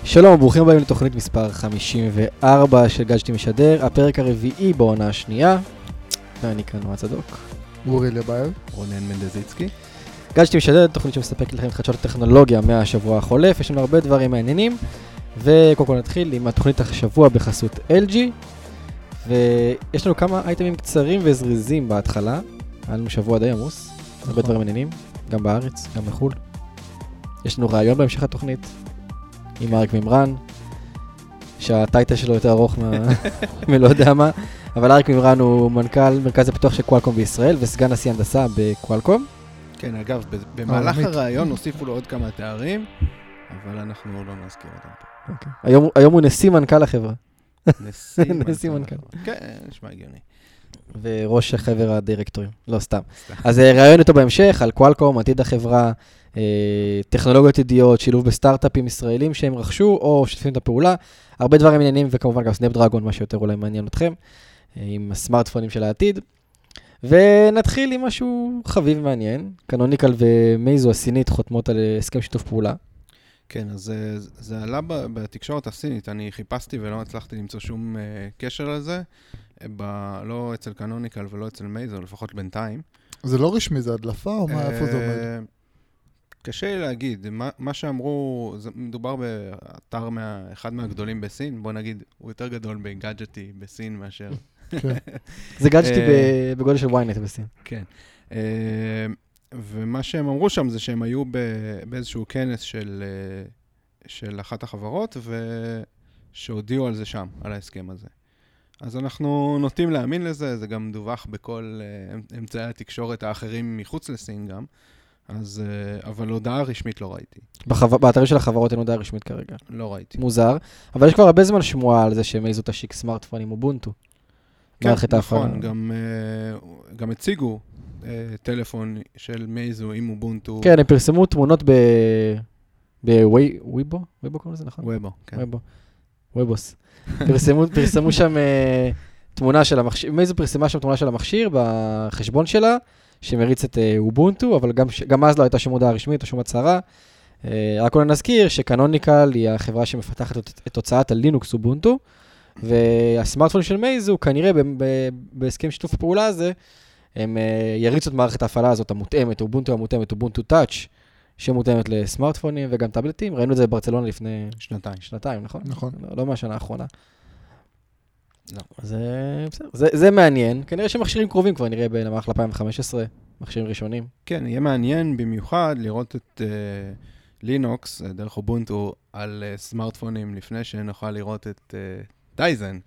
שלום, ברוכים הבאים לתוכנית מספר 54 של גאדג'טי משדר, הפרק הרביעי בעונה השנייה. ואני כאן נועה צדוק. אורי לבייב. רונן מנדזיצקי. גאדג'טי משדר, תוכנית שמספקת לכם חדשות הטכנולוגיה מהשבוע החולף. יש לנו הרבה דברים מעניינים. וקודם כל נתחיל עם התוכנית השבוע בחסות LG. ויש לנו כמה אייטמים קצרים וזריזים בהתחלה. היה לנו שבוע די עמוס. הרבה דברים מעניינים, גם בארץ, גם בחו"ל. יש לנו רעיון בהמשך התוכנית. עם אריק מימרן, שהטייטל שלו יותר ארוך מלא יודע מה, אבל אריק מימרן הוא מנכ"ל מרכז הפיתוח של קואלקום בישראל, וסגן נשיא הנדסה בקואלקום. כן, אגב, במהלך הרעיון הוסיפו לו עוד כמה תארים, אבל אנחנו לא נזכיר אותם פה. היום הוא נשיא מנכ"ל החברה. נשיא מנכ"ל. כן, נשמע הגיוני. וראש חבר הדירקטורים, לא סתם. אז רעיון איתו בהמשך על קואלקום, עתיד החברה, טכנולוגיות ידיעות, שילוב בסטארט-אפים ישראלים שהם רכשו או שותפים את הפעולה, הרבה דברים עניינים, וכמובן גם סנאפדרגון, מה שיותר אולי מעניין אתכם, עם הסמארטפונים של העתיד. ונתחיל עם משהו חביב מעניין, קנוניקל ומייזו הסינית חותמות על הסכם שיתוף פעולה. כן, אז זה עלה בתקשורת הסינית, אני חיפשתי ולא הצלחתי למצוא שום קשר לזה, לא אצל קנוניקל ולא אצל מייזו, לפחות בינתיים. זה לא רשמי, זה הדלפה או מה, איפה זה עומד? קשה לי להגיד, מה שאמרו, מדובר באתר אחד מהגדולים בסין, בוא נגיד, הוא יותר גדול בגאדג'טי בסין מאשר... זה גאדג'טי בגודל של ynet בסין. כן. ומה שהם אמרו שם זה שהם היו באיזשהו כנס של אחת החברות, ושהודיעו על זה שם, על ההסכם הזה. אז אנחנו נוטים להאמין לזה, זה גם דווח בכל אמצעי התקשורת האחרים מחוץ לסין גם, אז, אבל הודעה רשמית לא ראיתי. באתרים של החברות אין הודעה רשמית כרגע. לא ראיתי. מוזר, אבל יש כבר הרבה זמן שמועה על זה שמייזו תשיק סמארטפון עם אובונטו. כן, נכון, גם הציגו טלפון של מייזו עם אובונטו. כן, הם פרסמו תמונות בוויבו? וויבו קוראים לזה, נכון? וויבו, כן. וויבוס. פרסמו שם תמונה של המכשיר, מייזו פרסמה שם תמונה של המכשיר בחשבון שלה, שמריץ את אובונטו, אבל גם אז לא הייתה שום הודעה רשמית או שום הצהרה. רק עוד נזכיר שקנוניקל היא החברה שמפתחת את הוצאת הלינוקס אובונטו, והסמארטפון של מייזו, כנראה בהסכם שיתוף הפעולה הזה, הם יריצו את מערכת ההפעלה הזאת המותאמת, אובונטו המותאמת, אובונטו טאץ', שמותאמת לסמארטפונים וגם טאבלטים. ראינו את זה בברצלונה לפני שנתיים, נכון? נכון. לא מהשנה האחרונה. לא. אז זה מעניין. כנראה שמכשירים קרובים כבר נראה במהלך 2015, מכשירים ראשונים. כן, יהיה מעניין במיוחד לראות את לינוקס, דרך אובונטו, על סמארטפונים לפני שנוכל לראות את טייזן.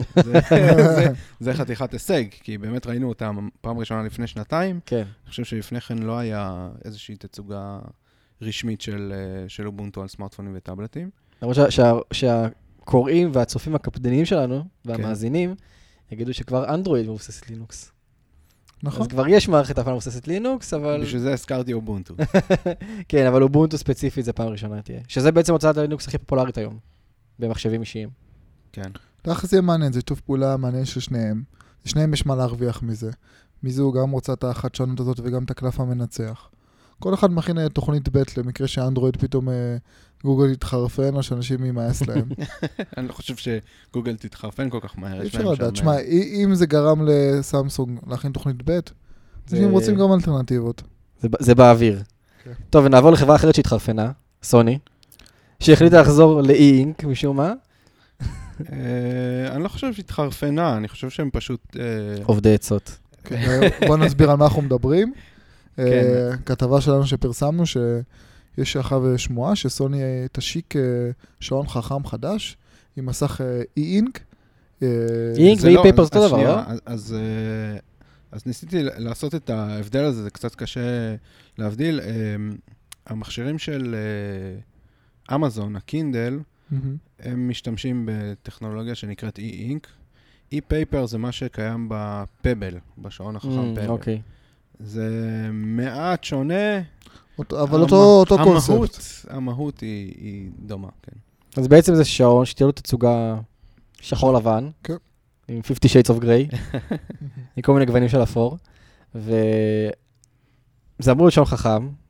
זה חתיכת הישג, כי באמת ראינו אותם פעם ראשונה לפני שנתיים. כן. אני חושב שלפני כן לא היה איזושהי תצוגה רשמית של אובונטו על סמארטפונים וטאבלטים. למרות שהקוראים והצופים הקפדניים שלנו, והמאזינים, יגידו שכבר אנדרואיד מבוססת לינוקס. נכון. אז כבר יש מערכת הפעלה מבוססת לינוקס, אבל... בשביל זה הזכרתי אובונטו. כן, אבל אובונטו ספציפית זה פעם ראשונה תהיה. שזה בעצם הוצאת הלינוקס הכי פופולרית היום, במחשבים אישיים. כן. תכף זה מעניין, זה שיתוף פעולה מעניין של שניהם. לשניהם יש מה להרוויח מזה. מזו גם רוצה את החדשנות הזאת וגם את הקלף המנצח. כל אחד מכין תוכנית ב' למקרה שאנדרואיד פתאום גוגל יתחרפן או שאנשים יימאס להם. אני לא חושב שגוגל תתחרפן כל כך מהר. אי אפשר לדעת. תשמע, אם זה גרם לסמסונג להכין תוכנית ב', אז הם רוצים גם אלטרנטיבות. זה באוויר. טוב, ונעבור לחברה אחרת שהתחרפנה, סוני, שהחליטה לחזור לאי-אינק משום מה. אני לא חושב שהתחרפנה, אני חושב שהם פשוט... עובדי עצות. בוא נסביר על מה אנחנו מדברים. כתבה שלנו שפרסמנו שיש עכשיו שמועה שסוני תשיק שעון חכם חדש עם מסך אי-אינק. אי-אינק ואי-פייפר זה אותו דבר, לא? אז ניסיתי לעשות את ההבדל הזה, זה קצת קשה להבדיל. המכשירים של אמזון, הקינדל, הם משתמשים בטכנולוגיה שנקראת אי-אינק. אי-פייפר זה מה שקיים בפבל, בשעון החכם פבל. אוקיי. זה מעט שונה. אבל אותו קונספט. המהות היא דומה, כן. אז בעצם זה שעון שתהיה לו תצוגה שחור לבן, עם 50 Shades of Grey, עם כל מיני גוונים של אפור, וזה אמור להיות שעון חכם,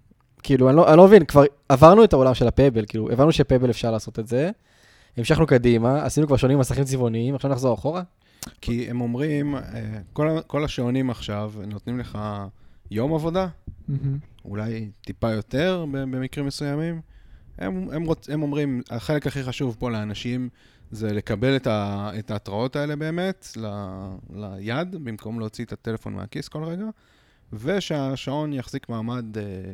כאילו, אני לא מבין, כבר עברנו את העולם של הפבל, כאילו, הבנו שפבל אפשר לעשות את זה, המשכנו קדימה, עשינו כבר שעונים מסכים צבעוניים, עכשיו נחזור אחורה. כי הם אומרים, כל השעונים עכשיו נותנים לך יום עבודה, אולי טיפה יותר במקרים מסוימים. הם אומרים, החלק הכי חשוב פה לאנשים זה לקבל את ההתראות האלה באמת ליד, במקום להוציא את הטלפון מהכיס כל רגע, ושהשעון יחזיק מעמד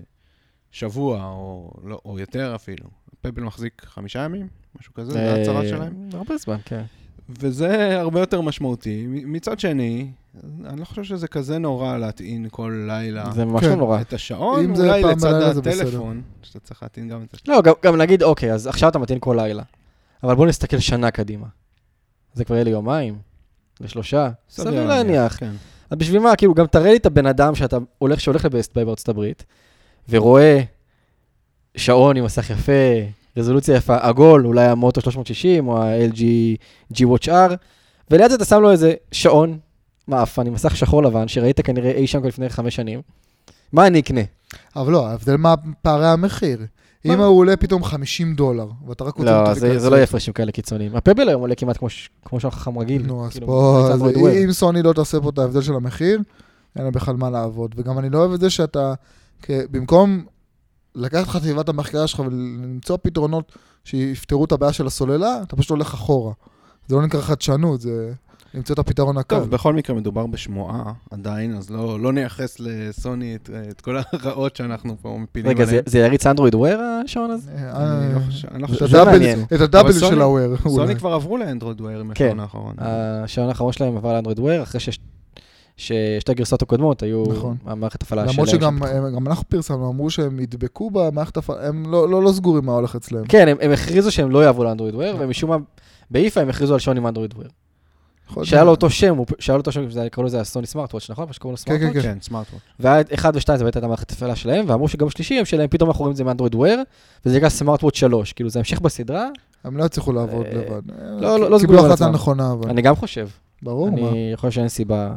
שבוע או יותר אפילו. פבל מחזיק 5 ימים, משהו כזה, זה ההצהרה שלהם. הרבה זמן, כן. וזה הרבה יותר משמעותי. מצד שני, אני לא חושב שזה כזה נורא להטעין כל לילה. זה ממש לא נורא. את השעון, אולי לצד הטלפון, שאתה צריך להטעין גם את השעון. לא, גם נגיד, אוקיי, אז עכשיו אתה מטעין כל לילה. אבל בוא נסתכל שנה קדימה. זה כבר יהיה לי יומיים, ל3. סביר להניח. אז בשביל מה, כאילו, גם תראה לי את הבן אדם שהולך לבסט ביי בארצות הברית, ורואה שעון עם מסך יפה, רזולוציה יפה, עגול, אולי המוטו 360, או ה-LG G-Watch R, וליד זה אתה שם לו איזה שעון מאפן, עם מסך שחור לבן, שראית כנראה אי שם לפני 5 שנים. מה אני אקנה? אבל לא, ההבדל מה פערי המחיר. אם הוא עולה פתאום $50, ואתה רק רוצה... לא, זה לא יהיה הפרשים כאלה קיצוניים. הפבל היום עולה כמעט כמו שעון חכם רגיל. נו, אז אם סוני לא תעשה פה את ההבדל של המחיר, אין לה בכלל מה לעבוד. וגם אני לא אוהב את זה שאתה, במקום לקחת חטיבת המחקר שלך ולמצוא פתרונות שיפתרו את הבעיה של הסוללה, אתה פשוט הולך אחורה. זה לא נקרא חדשנות, זה למצוא את הפתרון הקל. טוב, בכל מקרה מדובר בשמועה עדיין, אז לא נייחס לסוני את כל הרעות שאנחנו פה מפילים עליהם. רגע, זה יריץ אנדרואיד וויר השעון הזה? אני לא חושב את הדאבל של הוויר. סוני כבר עברו לאנדרואיד וויר עם השעון האחרון. השעון האחרון שלהם עבר לאנדרואיד וויר, אחרי ששתי הגרסאות הקודמות היו המערכת הפעלה שלהם. למרות שגם אנחנו פרסמנו, אמרו שהם ידבקו במערכת הפעלה, הם לא סגורים מה הולך אצלם. כן, הם הכריזו שהם לא יעברו לאנדרואיד וויר, ומשום מה, באיפה הם הכריזו על שעון עם אנדרואיד וויר. שהיה לו אותו שם, קראו לזה הסוני סמארט-וואץ', נכון? שקראו לו סמארט-וואץ'? כן, סמארט-וואץ'. והיה 1 ו-2 זה הייתה המערכת הפעלה שלהם, ואמרו שגם שלישי הם שלהם, פתאום אנחנו רואים את זה מאנדרואיד וויר, וזה נקרא סמארט-וואץ' 3, כאילו זה המשך בסדרה. הם לא הצליחו לעבוד לבד. לא סגורים על עצמם. נכונה, אבל... אני גם חושב. ברור, מה? אני חושב שאין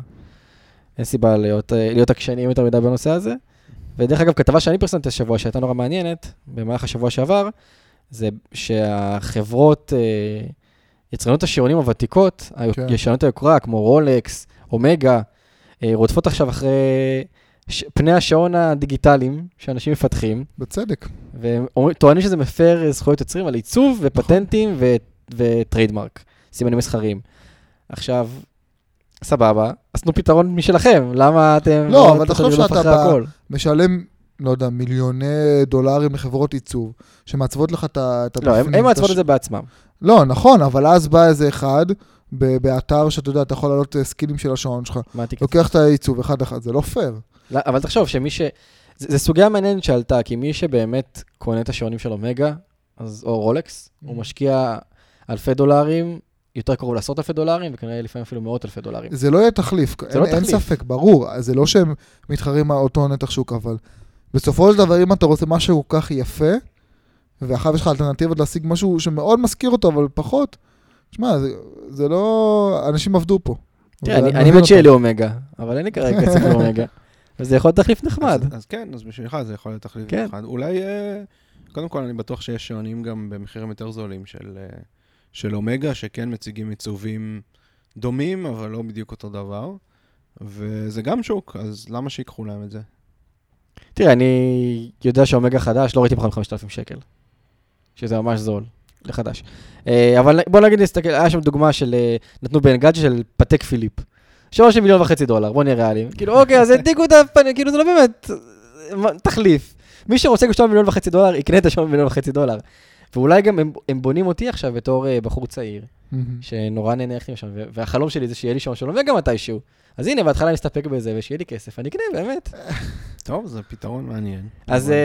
סיבה להיות עקשניים יותר מדי בנושא הזה. ודרך אגב, כתבה שאני פרסמתי השבוע, שהייתה נורא מעניינת, במהלך השבוע שעבר, זה שהחברות, יצרנות השעונים הוותיקות, הישנות היוקרה, כמו רולקס, אומגה, רודפות עכשיו אחרי פני השעון הדיגיטליים שאנשים מפתחים. בצדק. וטוענים שזה מפר זכויות יוצרים על עיצוב ופטנטים וטריידמרק, סימנים מסחריים. עכשיו, סבבה, אז תנו פתרון משלכם, למה אתם... לא, אבל תחשוב שאתה משלם, לא יודע, מיליוני דולרים לחברות עיצוב, שמעצבות לך את הבפנים. לא, הם מעצבות את זה בעצמם. לא, נכון, אבל אז בא איזה אחד, באתר שאתה יודע, אתה יכול לעלות סקילים של השעון שלך, לוקח את העיצוב אחד, זה לא פייר. אבל תחשוב שמי זה סוגיה מעניינת שעלתה, כי מי שבאמת קונה את השעונים של אומגה, או רולקס, הוא משקיע $1,000, יותר קרוב $10,000, וכנראה לפעמים אפילו $100,000. זה לא יהיה תחליף, אין ספק, ברור. זה לא שהם מתחרים על אותו נתח שוק, אבל בסופו של דבר, אם אתה רוצה משהו כל כך יפה, ואחר יש לך אלטרנטיבות להשיג משהו שמאוד מזכיר אותו, אבל פחות, תשמע, זה לא... אנשים עבדו פה. אני מת שיהיה לי אומגה, אבל אין לי כרגע כסף לאומגה. וזה יכול להיות תחליף נחמד. אז כן, אז בשבילך זה יכול להיות תחליף נחמד. אולי, קודם כל, אני בטוח שיש שעונים גם במחירים יותר זולים של אומגה, שכן מציגים עיצובים דומים, אבל לא בדיוק אותו דבר. וזה גם שוק, אז למה שיקחו להם את זה? תראה, אני יודע שאומגה חדש, לא ראיתי בכלל 5,000 שקל. שזה ממש זול, לחדש. אבל בוא נגיד נסתכל, היה שם דוגמה של, נתנו באנגאג' של פתק פיליפ. $3.5 מיליון, בוא נראה ריאליים. כאילו, אוקיי, אז העתיקו את הפנים, כאילו, זה לא באמת תחליף. מי שרוצה $2.5 מיליון, יקנה את $2.5 מיליון. ואולי גם הם בונים אותי עכשיו בתור בחור צעיר, שנורא נהנה איך שם, והחלום שלי זה שיהיה לי שעון שלום, וגם מתישהו. אז הנה, בהתחלה אני אסתפק בזה, ושיהיה לי כסף, אני אקנה, באמת. טוב, זה פתרון מעניין. אז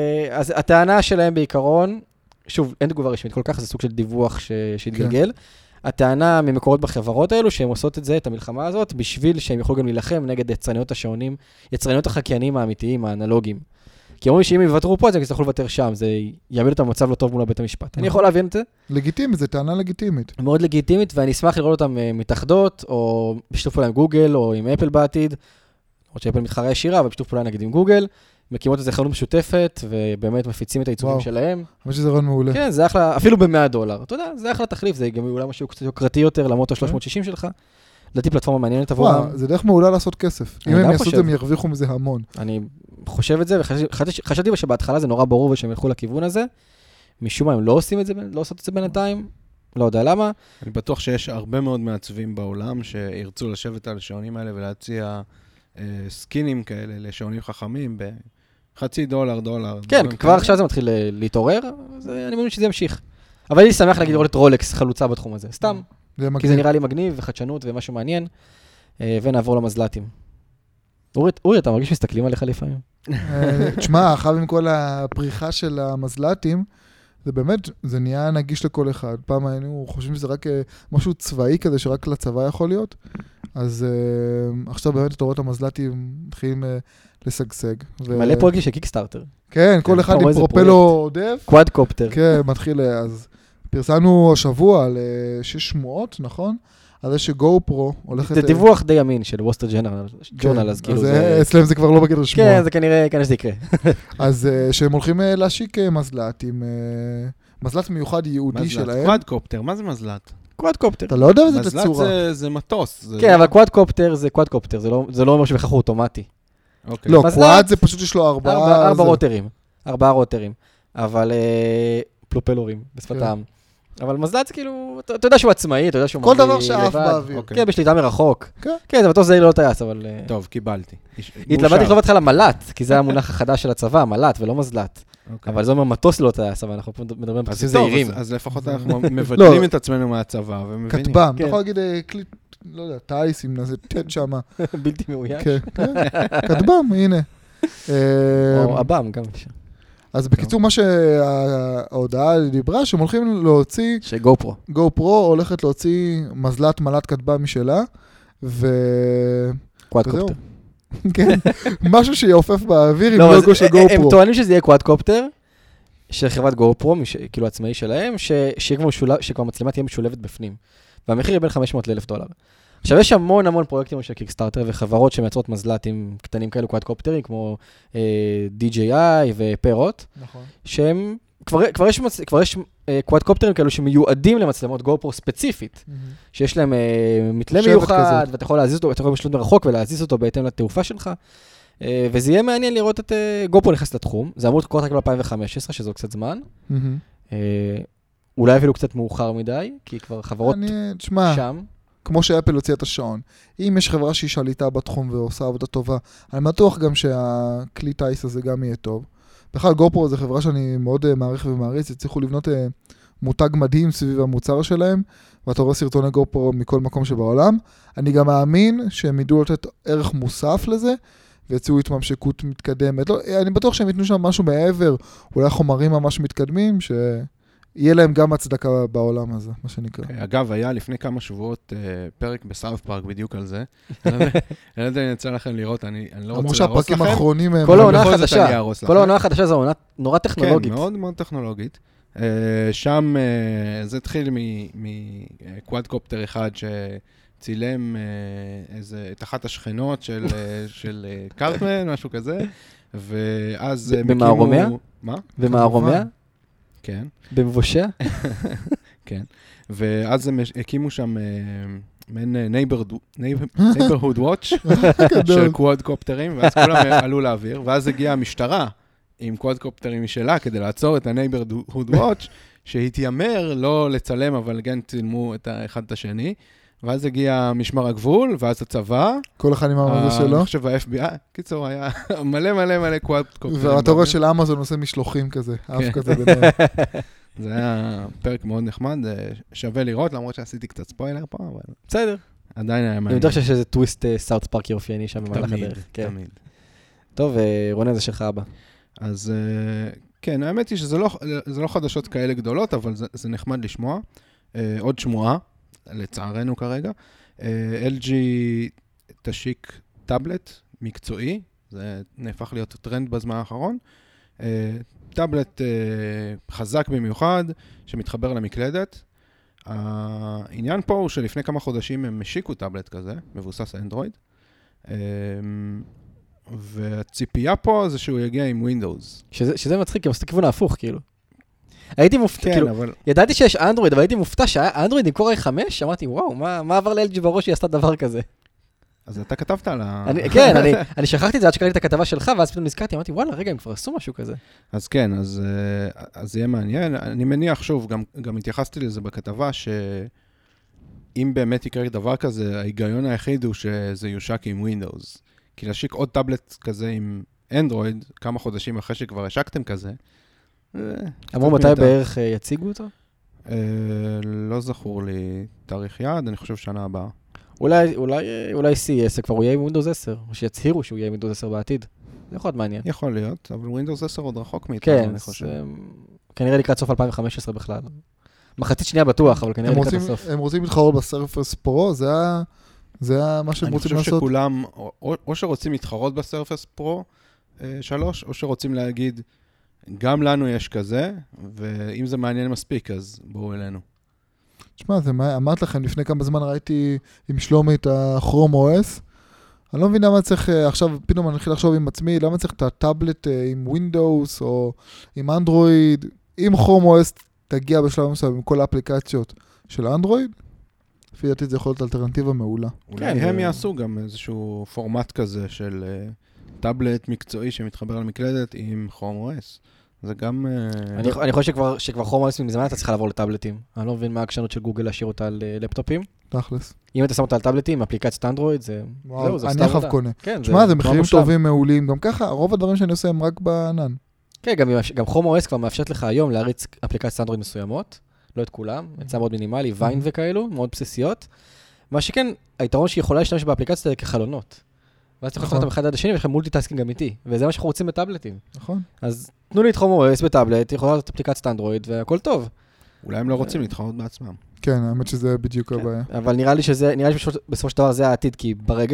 הטענה שלהם בעיקרון, שוב, אין תגובה רשמית כל כך, זה סוג של דיווח שהתגלגל. הטענה ממקורות בחברות האלו, שהן עושות את זה, את המלחמה הזאת, בשביל שהם יוכלו גם להילחם נגד יצרניות השעונים, יצרניות החקיינים האמיתיים, האנלוגיים. כי אומרים שאם הם יוותרו פה, אז הם יצטרכו לוותר שם, זה יעמיד אותם במצב לא טוב מול בית המשפט. אני יכול להבין את זה? לגיטימית, זו טענה לגיטימית. מאוד לגיטימית, ואני אשמח לראות אותם מתאחדות, או בשיתוף פעולה עם גוגל, או עם אפל בעתיד, למרות שאפל מתחרה ישירה, אבל בשיתוף פעולה נגיד עם גוגל, מקימות איזה חנות משותפת, ובאמת מפיצים את העיצובים וואו. שלהם. אבל שזה רעיון מעולה. כן, זה אחלה, אפילו ב$100. אתה יודע, זה אחלה תחליף, זה גם אולי משהו קצת יוקרתי יותר למוטו 360 שלך. לדעתי פלטפורמה מעניינת עבורם. וואו, זה דרך מעולה לעשות כסף. אם אני הם גם יעשו את חושב. זה, הם ירוויחו מזה המון. אני חושב את זה, וחשבתי שבהתחלה זה נורא ברור ושהם ילכו לכיוון הזה. משום מה הם לא עושים את זה, לא עושות את זה בינתיים. לא יודע למה. אני בטוח שיש הרבה מאוד מעצבים בעולם שירצו לשבת על השעונים האלה ולהציע סקינים כאלה לשעונים חכמים $0.50, $1. כן, כבר עכשיו זה מתחיל להתעורר, אז אני מאמין שזה ימשיך. אבל אני שמח להגיד לראות את רולקס חלוצה בתחום הזה, סתם. כי זה נראה לי מגניב וחדשנות ומשהו מעניין. ונעבור למזל"טים. אורי, אתה מרגיש שמסתכלים עליך לפעמים? תשמע, אחר עם כל הפריחה של המזל"טים, זה באמת, זה נהיה נגיש לכל אחד. פעם היינו חושבים שזה רק משהו צבאי כזה, שרק לצבא יכול להיות. אז עכשיו באמת אתה רואה את המזל"טים מתחילים לשגשג. מלא פרויקטים של קיקסטארטר. כן, כל אחד עם פרופלו עודף. קוואדקופטר. כן, מתחיל, אז פרסמנו השבוע על 6 שמועות, נכון? על זה שגו פרו הולכת... זה דיווח די אמין של ווסטר ג'ורנל, אז כאילו זה... אצלם זה כבר לא בגדר שמועה. כן, זה כנראה שזה יקרה. אז שהם הולכים להשיק מזל"ט עם... מזל"ט מיוחד ייעודי שלהם. קוואדקופטר, מה זה מזל"ט? קוואדקופטר. אתה לא יודע איזה תצורה. מזל"ט זה מטוס. כן, אבל קוואדקופטר זה קוואדקופטר, זה לא אומר שבכך הוא אוטומטי. לא, קוואד זה פשוט יש לו 4 רוטרים. אבל פלופלורים בשפת העם. אבל מזל"ט זה כאילו, אתה יודע שהוא עצמאי, אתה יודע שהוא כל דבר שאף באוויר. כן, בשליטה מרחוק. כן. כן, זה מטוס זה לא טייס, אבל... טוב, קיבלתי. התלבטתי לכתוב בהתחלה מל"ט, כי זה המונח החדש של הצבא, מל"ט ולא מזל"ט. אבל זה אומר מטוס לא טייס, אבל אנחנו מדברים על מטוסים זעירים. אז לפחות אנחנו מבדלים את עצמנו מהצבא ומבינים. כטב"ם, אתה יכול להגיד כלי, לא יודע, טייס עם איזה טט שמה. בלתי מאויש. כן, כטב"ם, הנה. או אב"ם גם. אז בקיצור, מה שההודעה דיברה, שהם הולכים להוציא... שגו פרו. גו פרו הולכת להוציא מזל"ט מל"ט כטב"ם משלה, קוואדקופטר. כן, משהו שיעופף באוויר עם לוגו של גו פרו. הם טוענים שזה יהיה קוואדקופטר, של חברת גו פרו, כאילו עצמאי שלהם, שכבר מצלמה תהיה משולבת בפנים. והמחיר יהיה בין $500 ל$1,000. עכשיו, יש המון פרויקטים של קיקסטארטר וחברות שמייצרות מזל"טים קטנים כאלו, קוואדקופטרים, כמו DJI ופרוט, נכון. שהם, כבר יש קוואדקופטרים כאלו שמיועדים למצלמות גופרו ספציפית, שיש להם מתלה מיוחד, ואתה יכול להזיז אותו, אתה יכול לשלוט מרחוק ולהזיז אותו בהתאם לתעופה שלך, וזה יהיה מעניין לראות את גופרו נכנס לתחום, זה אמור לקרות רק ב-2015, שזו קצת זמן, אולי אפילו קצת מאוחר מדי, כי כבר חברות שם. כמו שאפל הוציאה את השעון. אם יש חברה שהיא שליטה בתחום ועושה עבודה טובה, אני בטוח גם שהכלי טייס הזה גם יהיה טוב. בכלל, גופרו זה חברה שאני מאוד מעריך ומעריץ, הצליחו לבנות מותג מדהים סביב המוצר שלהם, ואתה רואה סרטוני גופרו מכל מקום שבעולם. אני גם מאמין שהם ידעו לתת ערך מוסף לזה, ויצאו התממשקות מתקדמת. לא, אני בטוח שהם ייתנו שם משהו מעבר, אולי חומרים ממש מתקדמים, יהיה להם גם הצדקה בעולם הזה, מה שנקרא. אגב, היה לפני כמה שבועות פרק בסאוף פארק בדיוק על זה. אני לא יודע אם יצא לכם לראות, אני לא רוצה להרוס לכם. אמרו שהפרקים האחרונים הם... כל העונה החדשה זו עונה נורא טכנולוגית. כן, מאוד מאוד טכנולוגית. שם זה התחיל מקוואדקופטר אחד שצילם את אחת השכנות של קארטמן, משהו כזה, ואז... במערומיה? מה? במערומיה? כן. במבושע? כן. ואז הם הקימו שם מעין neighborhood watch של קוואדקופטרים, ואז כולם עלו לאוויר, ואז הגיעה המשטרה עם קוואדקופטרים משלה כדי לעצור את ה-neighborhood watch, שהתיימר לא לצלם, אבל כן צילמו את האחד את השני, ואז הגיע משמר הגבול, ואז הצבא. כל אחד עם העמדה שלו. אני חושב ה-FBI, קיצור, היה מלא קוואדקופטרים. ואתה רואה של אמזון עושה משלוחים כזה, אף כזה ביניהם. זה היה פרק מאוד נחמד, שווה לראות, למרות שעשיתי קצת ספוילר פה, אבל... בסדר. עדיין היה מעניין. אני יודע שיש איזה טוויסט סארט פארקי אופייני שם במהלך הדרך. תמיד. טוב, רונן, זה שלך הבא. אז כן, האמת היא שזה לא חדשות כאלה גדולות, אבל זה נחמד לשמוע. עוד שמועה, לצערנו כרגע. LG תשיק טאבלט מקצועי, זה נהפך להיות טרנד בזמן האחרון. טאבלט חזק במיוחד, שמתחבר למקלדת. העניין פה הוא שלפני כמה חודשים הם השיקו טאבלט כזה, מבוסס אנדרואיד. והציפייה פה זה שהוא יגיע עם Windows. שזה מצחיק, כי הוא עושה כיוון ההפוך, כאילו. הייתי מופתע, כן, כאילו, אבל... ידעתי שיש אנדרואיד, אבל הייתי מופתע שהיה אנדרואיד עם קור i5, אמרתי, וואו, מה עבר ל-LG בראש שהיא עשתה דבר כזה? אז אתה כתבת על ה... כן, אני שכחתי את זה עד שקראתי את הכתבה שלך, ואז פתאום נזכרתי, אמרתי, וואלה, רגע, הם כבר עשו משהו כזה. אז כן, אז יהיה מעניין. אני מניח, שוב, גם התייחסתי לזה בכתבה, שאם באמת יקרה דבר כזה, ההיגיון היחיד הוא שזה יושק עם Windows. כי להשיק עוד טאבלט כזה עם אנדרואיד, כמה חודשים אחרי שכבר השקתם כזה, אמרו מתי בערך יציגו אותו? לא זכור לי תאריך יעד, אני חושב שנה הבאה. אולי CES כבר הוא יהיה עם Windows 10, או שיצהירו שהוא יהיה עם Windows 10 בעתיד. זה יכול להיות מעניין. יכול להיות, אבל Windows 10 עוד רחוק מאיתנו, כן, אני חושב. כנראה לקראת סוף 2015 בכלל. מחצית שנייה בטוח, אבל כנראה לקראת הסוף. הם רוצים להתחרות בסרפס פרו, זה מה שהם רוצים לעשות? אני חושב שכולם, או שרוצים להתחרות בסרפס פרו 3, או שרוצים להגיד, גם לנו יש כזה, ואם זה מעניין מספיק, אז בואו אלינו. תשמע, אמרת לכם, לפני כמה זמן ראיתי עם שלומי את הכרום OS, אני לא מבין למה צריך, עכשיו פתאום אני מתחיל לחשוב עם עצמי, למה צריך את הטאבלט עם Windows או עם אנדרואיד, אם כרום OS תגיע בשלב מסוים עם כל האפליקציות של אנדרואיד, לפי דעתי זה יכול להיות אלטרנטיבה מעולה. אולי הם יעשו גם איזשהו פורמט כזה של טאבלט מקצועי שמתחבר למקלדת עם כרום OS. זה גם... אני חושב שכבר כרום OS מזמן אתה צריכה לעבור לטאבלטים. אני לא מבין מה העקשנות של גוגל להשאיר אותה על לפטופים. תכלס. אם אתה שם אותה על טאבלטים, אפליקציית אנדרואיד, זה... אני אחר קונה. תשמע, זה מחירים טובים מעולים. גם ככה, רוב הדברים שאני עושה הם רק בענן. כן, גם כרום OS כבר מאפשרת לך היום להריץ אפליקציית אנדרואיד מסוימות. לא את כולם, יצא מאוד מינימלי, ויין וכאלו, מאוד בסיסיות. מה שכן, היתרון שהיא יכולה להשתמש באפליקציות האלה כחלונות. ואז אתה יכול לעשות אותם אחד עד השני, ויש לכם מולטיטאסקינג אמיתי. וזה מה שאנחנו רוצים בטאבלטים. נכון. אז תנו לי את כרום OS בטאבלט, יכולה לעשות אפליקציית אנדרואיד, והכל טוב. אולי הם לא רוצים להתחרות בעצמם. כן, האמת שזה בדיוק הבעיה. אבל נראה לי שבסופו של דבר זה העתיד, כי ברגע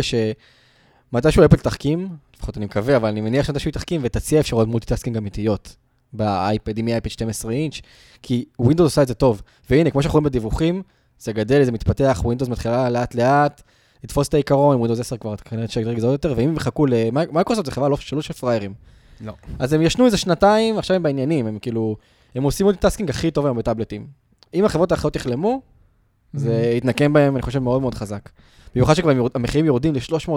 מתישהו אפל תחכים, לפחות אני מקווה, אבל אני מניח שמתישהו תחכים, ותציע אפשרויות מולטיטאסקינג אמיתיות באייפד, עם אייפד 12 אינץ', כי ווינדוס עושה את זה טוב. והנה, כמו שאנחנו רואים בדיווחים, זה גדל, זה מתפתח, ווינדוס מתחילה לאט לאט, לתפוס את העיקרון, עם ווינדוס 10 כבר כנראה תשגרג זה עוד יותר, ואם הם יחכו למייקרוסופט, זה חברה לא של פריירים. לא. אז הם ישנו איזה שנתיים, עכשיו הם בעניינים, הם כאילו, הם עושים מולטיטאסקינג הכי טוב היום בטאבלטים. אם החברות האחרות יחלמו, זה יתנקם בהם, אני חושב, מאוד מאוד חזק. במיוחד שכבר המחירים יורדים ל$300,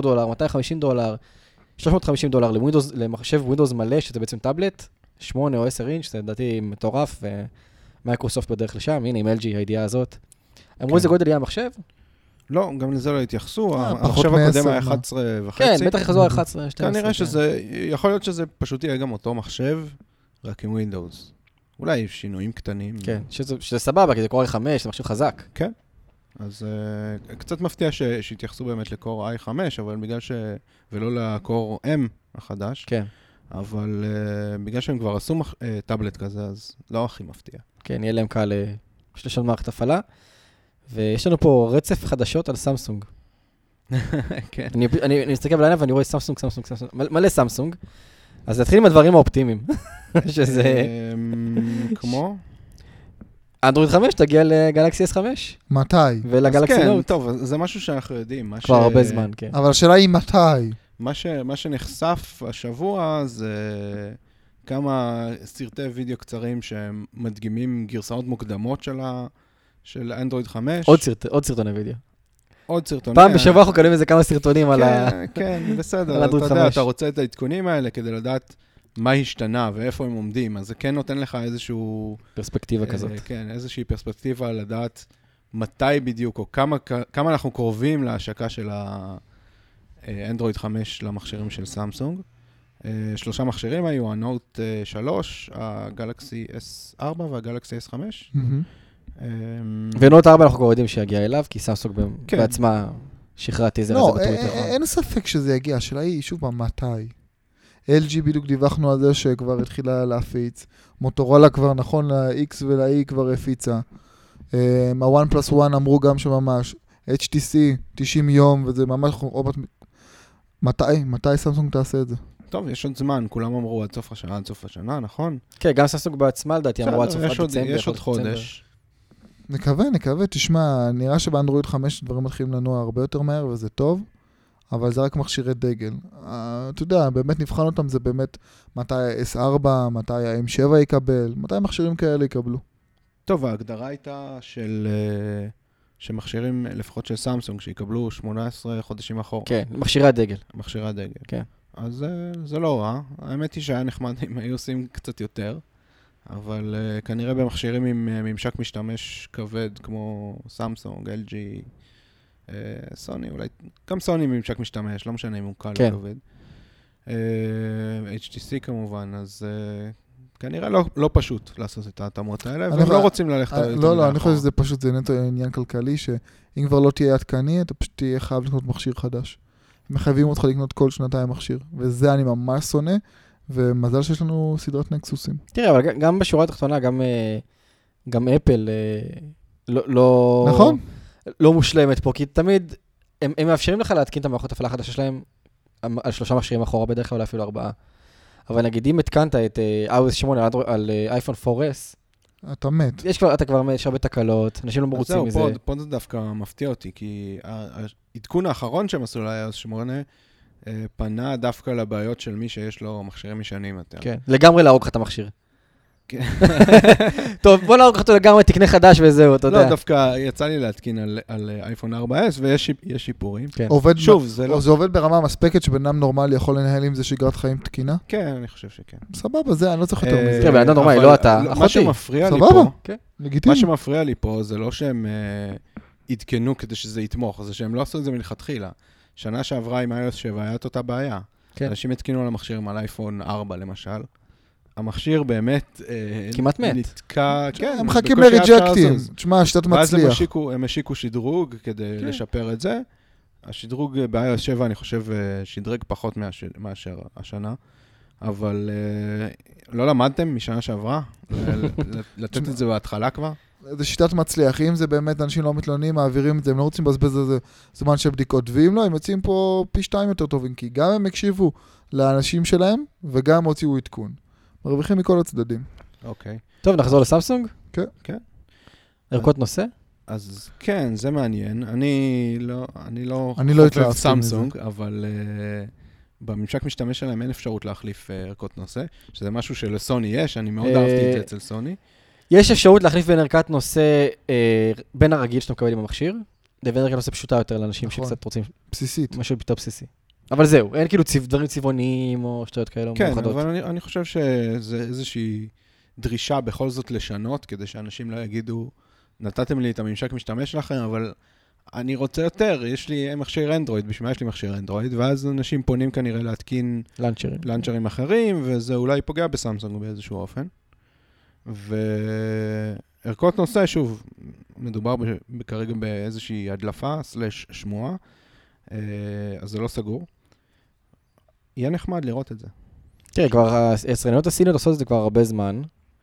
$250, $350 למחשב ווינדוס מלא, שזה בעצם טאבלט, 8 או 10 אינץ', זה לדעתי מטורף, ומייקרוסופט בדרך לשם, הנה עם LG הידיעה הזאת. אמרו איזה גודל יהיה המחשב? לא, גם לזה לא התייחסו, המחשב הקודם היה 11.5. כן, בטח יחזור 11, 12. כנראה שזה, יכול להיות שזה פשוט יהיה גם אותו מחשב, רק עם ווינדוס. אולי שינויים קטנים. כן, שזה סבבה, כי זה קור i5, זה מחשב חזק. כן. אז קצת מפתיע שהתייחסו באמת לקור i5, אבל בגלל ולא לקור M החדש. כן. אבל בגלל שהם כבר עשו טאבלט כזה, אז לא הכי מפתיע. כן, יהיה להם קל לשנות מערכת הפעלה. ויש לנו פה רצף חדשות על סמסונג. כן. אני מסתכל בליינאפ ואני רואה סמסונג, מלא סמסונג. אז נתחיל עם הדברים האופטימיים. שזה... כמו? אנדרואיד 5 תגיע לגלקסי S5. מתי? ולגלקסי נוט. כן, טוב, זה משהו שאנחנו יודעים. כבר הרבה זמן, כן. אבל השאלה היא מתי. מה שנחשף השבוע זה כמה סרטי וידאו קצרים שמדגימים גרסאות מוקדמות של אנדרואיד 5. עוד סרטוני וידאו. עוד סרטונים. פעם בשבוע אנחנו קוראים איזה כמה סרטונים על כן, בסדר. אתה יודע, אתה רוצה את העדכונים האלה כדי לדעת מה השתנה ואיפה הם עומדים, אז זה כן נותן לך איזשהו... פרספקטיבה כזאת. כן, איזושהי פרספקטיבה לדעת מתי בדיוק, או כמה אנחנו קרובים להשקה של האנדרואיד 5 למכשירים של סמסונג. 3 מכשירים היו, הנוט 3, הגלקסי S4 והגלקסי S5. ונוט 4 אנחנו כבר יודעים שיגיע אליו, כי סמסונג בעצמה שחררה טיזר הזה בטוויטר. לא, אין ספק שזה יגיע, השאלה היא שוב פעם מתי. LG בדיוק דיווחנו על זה שכבר התחילה להפיץ, מוטורולה כבר נכון ל-X ול-E כבר הפיצה, ה-1+1 אמרו גם שממש, HTC 90 יום וזה ממש, מתי סמסונג תעשה את זה? טוב, יש עוד זמן, כולם אמרו עד סוף השנה, נכון? כן, גם סמסונג בעצמה לדעתי אמרו עד סוף דצמבר. יש עוד חודש. נקווה, תשמע, נראה שבאנדרואיד 5 דברים מתחילים לנוע הרבה יותר מהר וזה טוב, אבל זה רק מכשירי דגל. אתה יודע, באמת נבחן אותם, זה באמת מתי ה-S4, מתי ה-M7 יקבל, מתי מכשירים כאלה יקבלו. טוב, ההגדרה הייתה שמכשירים, לפחות של סמסונג, שיקבלו 18 חודשים אחורה. כן, מכשירי הדגל. מכשירי הדגל. כן. אז זה לא רע. האמת היא שהיה נחמד אם היו עושים קצת יותר, אבל כנראה במכשירים עם ממשק משתמש כבד, כמו סמסונג, LG, סוני, אולי גם סוני ממשק משתמש, לא משנה אם הוא קל או כבד. HTC כמובן, אז כנראה לא פשוט לעשות את ההתאמות האלה, והם לא רוצים ללכת... לא, אני חושב שזה פשוט, זה נטו עניין כלכלי, שאם כבר לא תהיה עדכני, אתה פשוט תהיה חייב לקנות מכשיר חדש. מחייבים אותך לקנות כל שנתיים מכשיר, וזה אני ממש שונא, ומזל שיש לנו סדרת נקסוסים. תראה, אבל גם בשורה התחתונה, גם אפל לא... נכון. לא מושלמת פה, כי תמיד הם מאפשרים לך להתקין את המערכות הפעלה החדשה שלהם על 3 מכשירים אחורה, בדרך כלל אפילו 4. אבל נגיד, אם התקנת את iOS 8 על אייפון 4S, אתה מת. אתה כבר יש הרבה תקלות, אנשים לא מרוצים מזה. זהו, פה זה דווקא מפתיע אותי, כי העדכון האחרון שהם עשו ל-iOS 8 פנה דווקא לבעיות של מי שיש לו מכשירים משנים יותר. כן, לגמרי להרוג לך את המכשיר. טוב, בוא נערוך אותו לגמרי, תקנה חדש וזהו, אתה יודע. לא, דווקא יצא לי להתקין על אייפון 4S, ויש שיפורים. שוב, זה עובד ברמה מספקת שבן אדם נורמלי יכול לנהל עם זה שגרת חיים תקינה? כן, אני חושב שכן. סבבה, זה, אני לא צריך יותר מזה. כן, בן אדם נורמלי, לא אתה, אחותי. מה שמפריע לי פה, מה שמפריע לי פה, זה לא שהם עדכנו כדי שזה יתמוך, זה שהם לא עשו את זה מלכתחילה. שנה שעברה עם iOS 7 היה את אותה בעיה. אנשים התקינו על המכשירים, על אייפון 4 למשל. המכשיר באמת כמעט מת. נתקע, כן. הם מחכים לריג'קטים. תשמע, שיטת מצליח. ואז הם השיקו שדרוג כדי לשפר את זה. השדרוג ב-iOS 7 אני חושב שדרג פחות מאשר השנה. אבל לא למדתם משנה שעברה? לתת את זה בהתחלה כבר? זה שיטת מצליח. אם זה באמת אנשים לא מתלוננים, מעבירים את זה, הם לא רוצים לבזבז על זה זמן של בדיקות. ואם לא, הם יוצאים פה פי 2 יותר טובים, כי גם הם הקשיבו לאנשים שלהם, וגם הוציאו עדכון. מרוויחים מכל הצדדים. אוקיי. טוב, נחזור לסמסונג? כן. כן. ערכות נושא? אז כן, זה מעניין. אני לא חופף סמסונג, אבל בממשק משתמש שלהם אין אפשרות להחליף ערכות נושא, שזה משהו שלסוני יש, אני מאוד אהבתי את זה אצל סוני. יש אפשרות להחליף בין ערכת נושא בין הרגיל שאתה מקבל עם המכשיר, לבין ערכת נושא פשוטה יותר לאנשים שקצת רוצים... בסיסית. משהו יותר בסיסי. אבל זהו, אין כאילו דברים צבעוניים או שטויות כאלה מיוחדות. כן, אבל אני חושב שזה איזושהי דרישה בכל זאת לשנות, כדי שאנשים לא יגידו, נתתם לי את הממשק משתמש שלכם, אבל אני רוצה יותר, יש לי מכשיר אנדרואיד, בשביל מה יש לי מכשיר אנדרואיד, ואז אנשים פונים כנראה להתקין לנצ'רים אחרים, וזה אולי פוגע בסמסונג באיזשהו אופן. וערכות נושא, שוב, מדובר כרגע באיזושהי הדלפה, /שמועה, אז זה לא סגור. יהיה נחמד לראות את זה. תראה, כבר היצרניות הסיניות עושות את זה כבר הרבה זמן,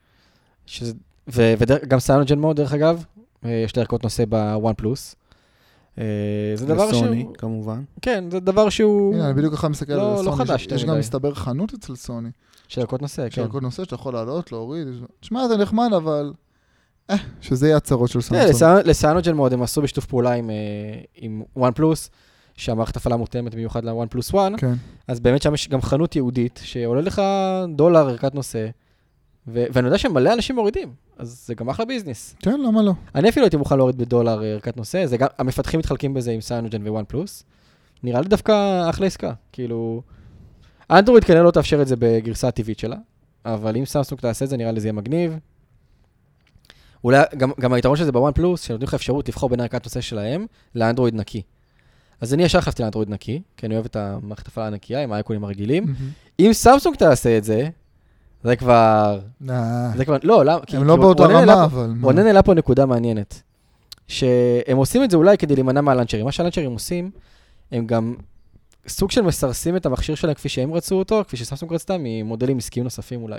וגם סיינוג'ן מאוד, דרך אגב, יש לה ערכות נושא בוואן פלוס. זה דבר שהוא... לסוני, כמובן. כן, זה דבר שהוא... הנה, אני בדיוק ככה מסתכל על סוני. לא חדש. יש גם מסתבר חנות אצל סוני. של ערכות נושא, כן. של ערכות נושא שאתה יכול לעלות, להוריד. תשמע, זה נחמד, אבל... שזה יהיה הצרות של סמסונג. לסיינוג'ן מאוד, הם עשו בשיתוף פעולה עם וואן פלוס, שהמערכת הפעלה מותאמת במיוחד ל-One Plus One, כן. אז באמת שם יש גם חנות יהודית, שעולה לך $1 ערכת נושא, ואני יודע שמלא אנשים מורידים, אז זה גם אחלה ביזנס. כן, למה לא? אני אפילו הייתי מוכן להוריד $1 ערכת נושא, זה גם, המפתחים מתחלקים בזה עם סיינוג'ן ו-One Plus, נראה לי דווקא אחלה עסקה, כאילו, אנדרואיד כנראה לא תאפשר את זה בגרסה הטבעית שלה, אבל אם סמסונג תעשה את זה, נראה לי זה יהיה מגניב. אולי, גם היתרון של זה ב-One Plus, שנותנים לך אפשרות לבחור בין ערכת נושא שלהם לאנדרואיד נקי. אז אני ישר החלפתי לאנדרואיד נקי, כי אני אוהב את המערכת הפעלה הנקייה, עם האייקונים הרגילים. אם סמסונג תעשה את זה, זה כבר... לא, למה? הם לא באותה רמה, אבל... רונן העלה פה נקודה מעניינת, שהם עושים את זה אולי כדי להימנע מהלנצ'רים. מה שהלנצ'רים עושים, הם גם סוג של מסרסים את המכשיר שלהם כפי שהם רצו אותו, כפי שסמסונג רצתה, ממודלים עסקיים נוספים אולי.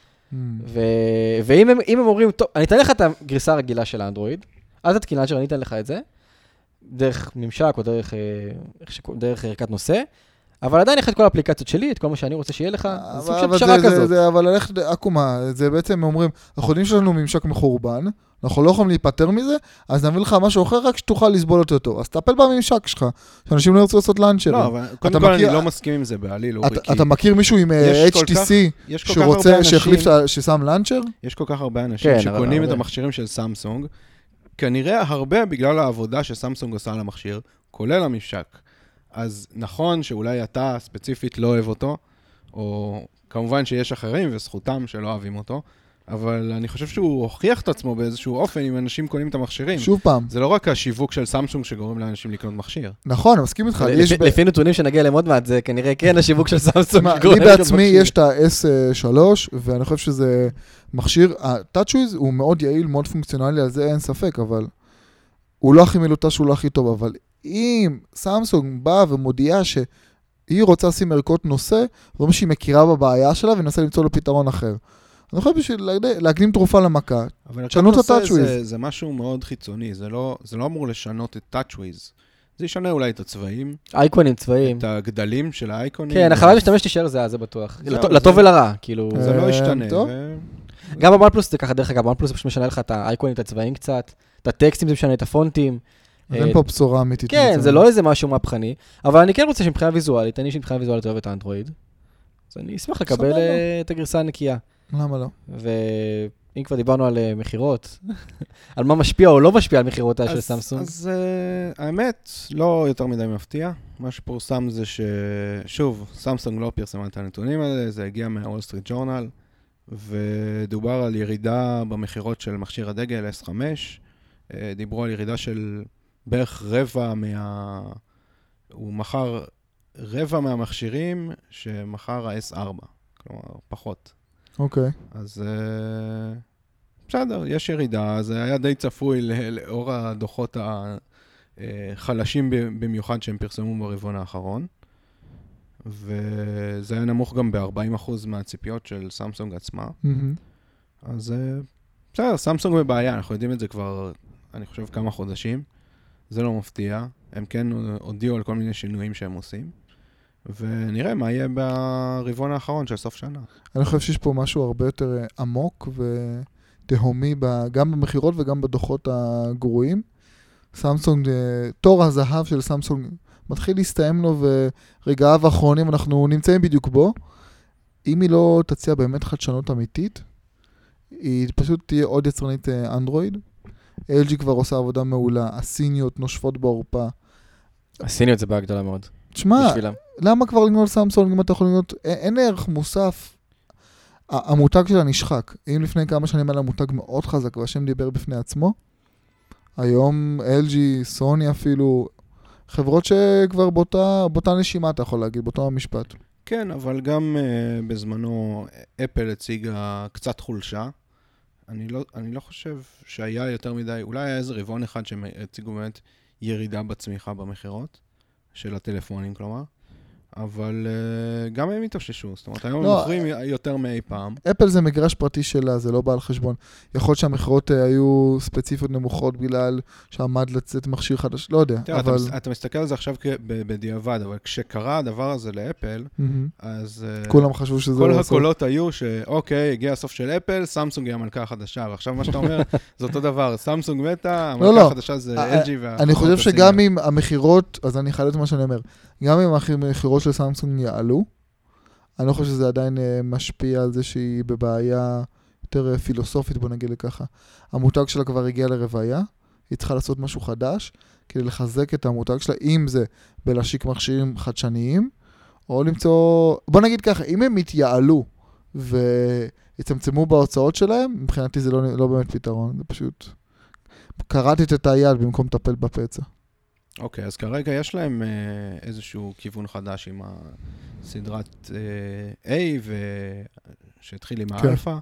ואם הם אומרים, טוב, אני אתן לך את הגרסה הרגילה של האנדרואיד, אז תתקין לנצ'ר, אני אתן לך את זה, דרך ממשק או דרך ערכת נושא, אבל עדיין יש את כל האפליקציות שלי, את כל מה שאני רוצה שיהיה לך, זה סוג של אבל פשרה כזאת. אבל ללכת עקומה, זה בעצם אומרים, אנחנו יודעים שיש לנו ממשק מחורבן, אנחנו לא יכולים להיפטר מזה, אז נביא לך משהו אחר רק שתוכל לסבול אותו יותר. אז תטפל בממשק שלך, שאנשים לא ירצו לעשות לאנצ'רים. לא, אבל קודם כל אני לא מסכים עם זה בעליל, אורי. אתה מכיר מישהו עם HTC ששם לאנצ'ר? יש כל כך הרבה אנשים שקונים את המכשירים של סמסונג, כנראה הרבה בגלל העבודה שסמסונג עושה על המכשיר, כולל הממשק. אז נכון שאולי אתה ספציפית לא אוהב אותו, או כמובן שיש אחרים וזכותם שלא אוהבים אותו, אבל אני חושב שהוא הוכיח את עצמו באיזשהו אופן אם אנשים קונים את המכשירים. שוב פעם. זה לא רק השיווק של סמסונג שגורם לאנשים לקנות מכשיר. נכון, אני מסכים איתך. לפי נתונים שנגיע להם עוד מעט, זה כנראה כן השיווק של סמסונג. לי בעצמי יש את ה-S3, ואני חושב שזה מכשיר, ה-TouchWiz הוא מאוד יעיל, מאוד פונקציונלי, על זה אין ספק, אבל הוא לא הכי מלוטש, הוא לא הכי טוב, אבל אם סמסונג באה ומודיעה שהיא רוצה לשים ערכות נושא, זאת אומרת שהיא מכירה בבעיה שלה ונסה למצוא לו פתרון אחר. אני חושב בשביל להקדים תרופה למכה, שנו את ה-TouchWiz. זה משהו מאוד חיצוני, זה לא אמור לשנות את TouchWiz. זה ישנה אולי את הצבעים. אייקונים, צבעים. את הגדלים של האייקונים. כן, החלל משתמש תישאר זה בטוח. לטוב ולרע, כאילו. זה לא ישתנה. גם במונפלוס זה ככה, דרך אגב, במונפלוס זה פשוט משנה לך את האייקונים, את הצבעים קצת, את הטקסטים זה משנה, את הפונטים. אין פה בשורה אמיתית. כן, זה לא איזה משהו מהפכני, אבל אני כן רוצה שמבחינה ויזואלית, אני שמבחינה ויזואלית אוהב את האנדרואיד, אז אני אשמח לקבל את הגרסה הנקייה. למה לא? ואם כבר דיברנו על מחירות, על מה משפיע או לא משפיע על מחירותיה של סמסונג. אז האמת, לא יותר מדי מפתיע. מה שפורסם זה ששוב, סמסונג לא פרסמה את הנתונים האלה, זה הגיע מהוול סטריט ג'ורנל, ודובר על ירידה במחירות של מכשיר הדגל S5, דיברו על ירידה של בערך הוא מכר רבע מהמכשירים שמכר ה-S4, כלומר פחות. אוקיי. אז בסדר, יש ירידה, זה היה די צפוי לאור הדוחות החלשים במיוחד שהם פרסמו ברבעון האחרון, וזה היה נמוך גם ב-40% מהציפיות של סמסונג עצמה. אז בסדר, סמסונג בבעיה, אנחנו יודעים את זה כבר, אני חושב, כמה חודשים. זה לא מפתיע. הם כן הודיעו על כל מיני שינויים שהם עושים. ונראה מה יהיה ברבעון האחרון של סוף שנה. אני חושב שיש פה משהו הרבה יותר עמוק ותהומי, גם במחירות וגם בדוחות הגרועים. סמסונג, תור הזהב של סמסונג מתחיל להסתיים לו, ורגעיו האחרונים אנחנו נמצאים בדיוק בו. אם היא לא תציע באמת חדשנות אמיתית, היא פשוט תהיה עוד יצרנית אנדרואיד. LG כבר עושה עבודה מעולה, הסיניות נושפות בעורפה. הסיניות זה בעיה גדולה מאוד. תשמע, למה כבר לגנות סמסונג אם אתה יכול לגנות? אין ערך מוסף. המותג שלה נשחק. אם לפני כמה שנים היה לה מותג מאוד חזק, והשם דיבר בפני עצמו, היום LG, סוני אפילו, חברות שכבר באותה נשימה, אתה יכול להגיד, באותו המשפט. כן, אבל גם בזמנו אפל הציגה קצת חולשה. אני לא חושב שהיה יותר מדי, אולי היה איזה רבעון אחד שהם הציגו באמת ירידה בצמיחה במחירות של הטלפונים, כלומר. אבל גם הם התאוששו, זאת אומרת, היום הם מוכרים יותר מאי פעם. אפל זה מגרש פרטי שלה, זה לא בא על חשבון. יכול להיות שהמחירות היו ספציפיות נמוכות בגלל שעמד לצאת מכשיר חדש, לא יודע. תראה, אתה מסתכל על זה עכשיו בדיעבד, אבל כשקרה הדבר הזה לאפל, אז כולם חשבו שזה כל הקולות היו שאוקיי, הגיע הסוף של אפל, סמסונג היא המלכה החדשה, ועכשיו מה שאתה אומר, זה אותו דבר, סמסונג מתה, המלכה החדשה זה LG והחברות. אני חושב שגם עם המחירות, אז אני חייב את מה שאני אומר, גם אם המחירות של סמסונג יעלו, אני לא חושב שזה עדיין משפיע על זה שהיא בבעיה יותר פילוסופית, בוא נגיד לככה. המותג שלה כבר הגיע לרוויה, היא צריכה לעשות משהו חדש, כדי לחזק את המותג שלה, אם זה בלהשיק מכשירים חדשניים, או למצוא, בוא נגיד ככה, אם הם יתייעלו ויצמצמו בהוצאות שלהם, מבחינתי זה לא באמת פתרון, זה פשוט קראתי את היד במקום לטפל בפצע. אוקיי, אז כרגע יש להם איזשהו כיוון חדש עם הסדרת A, שהתחיל עם האלפא,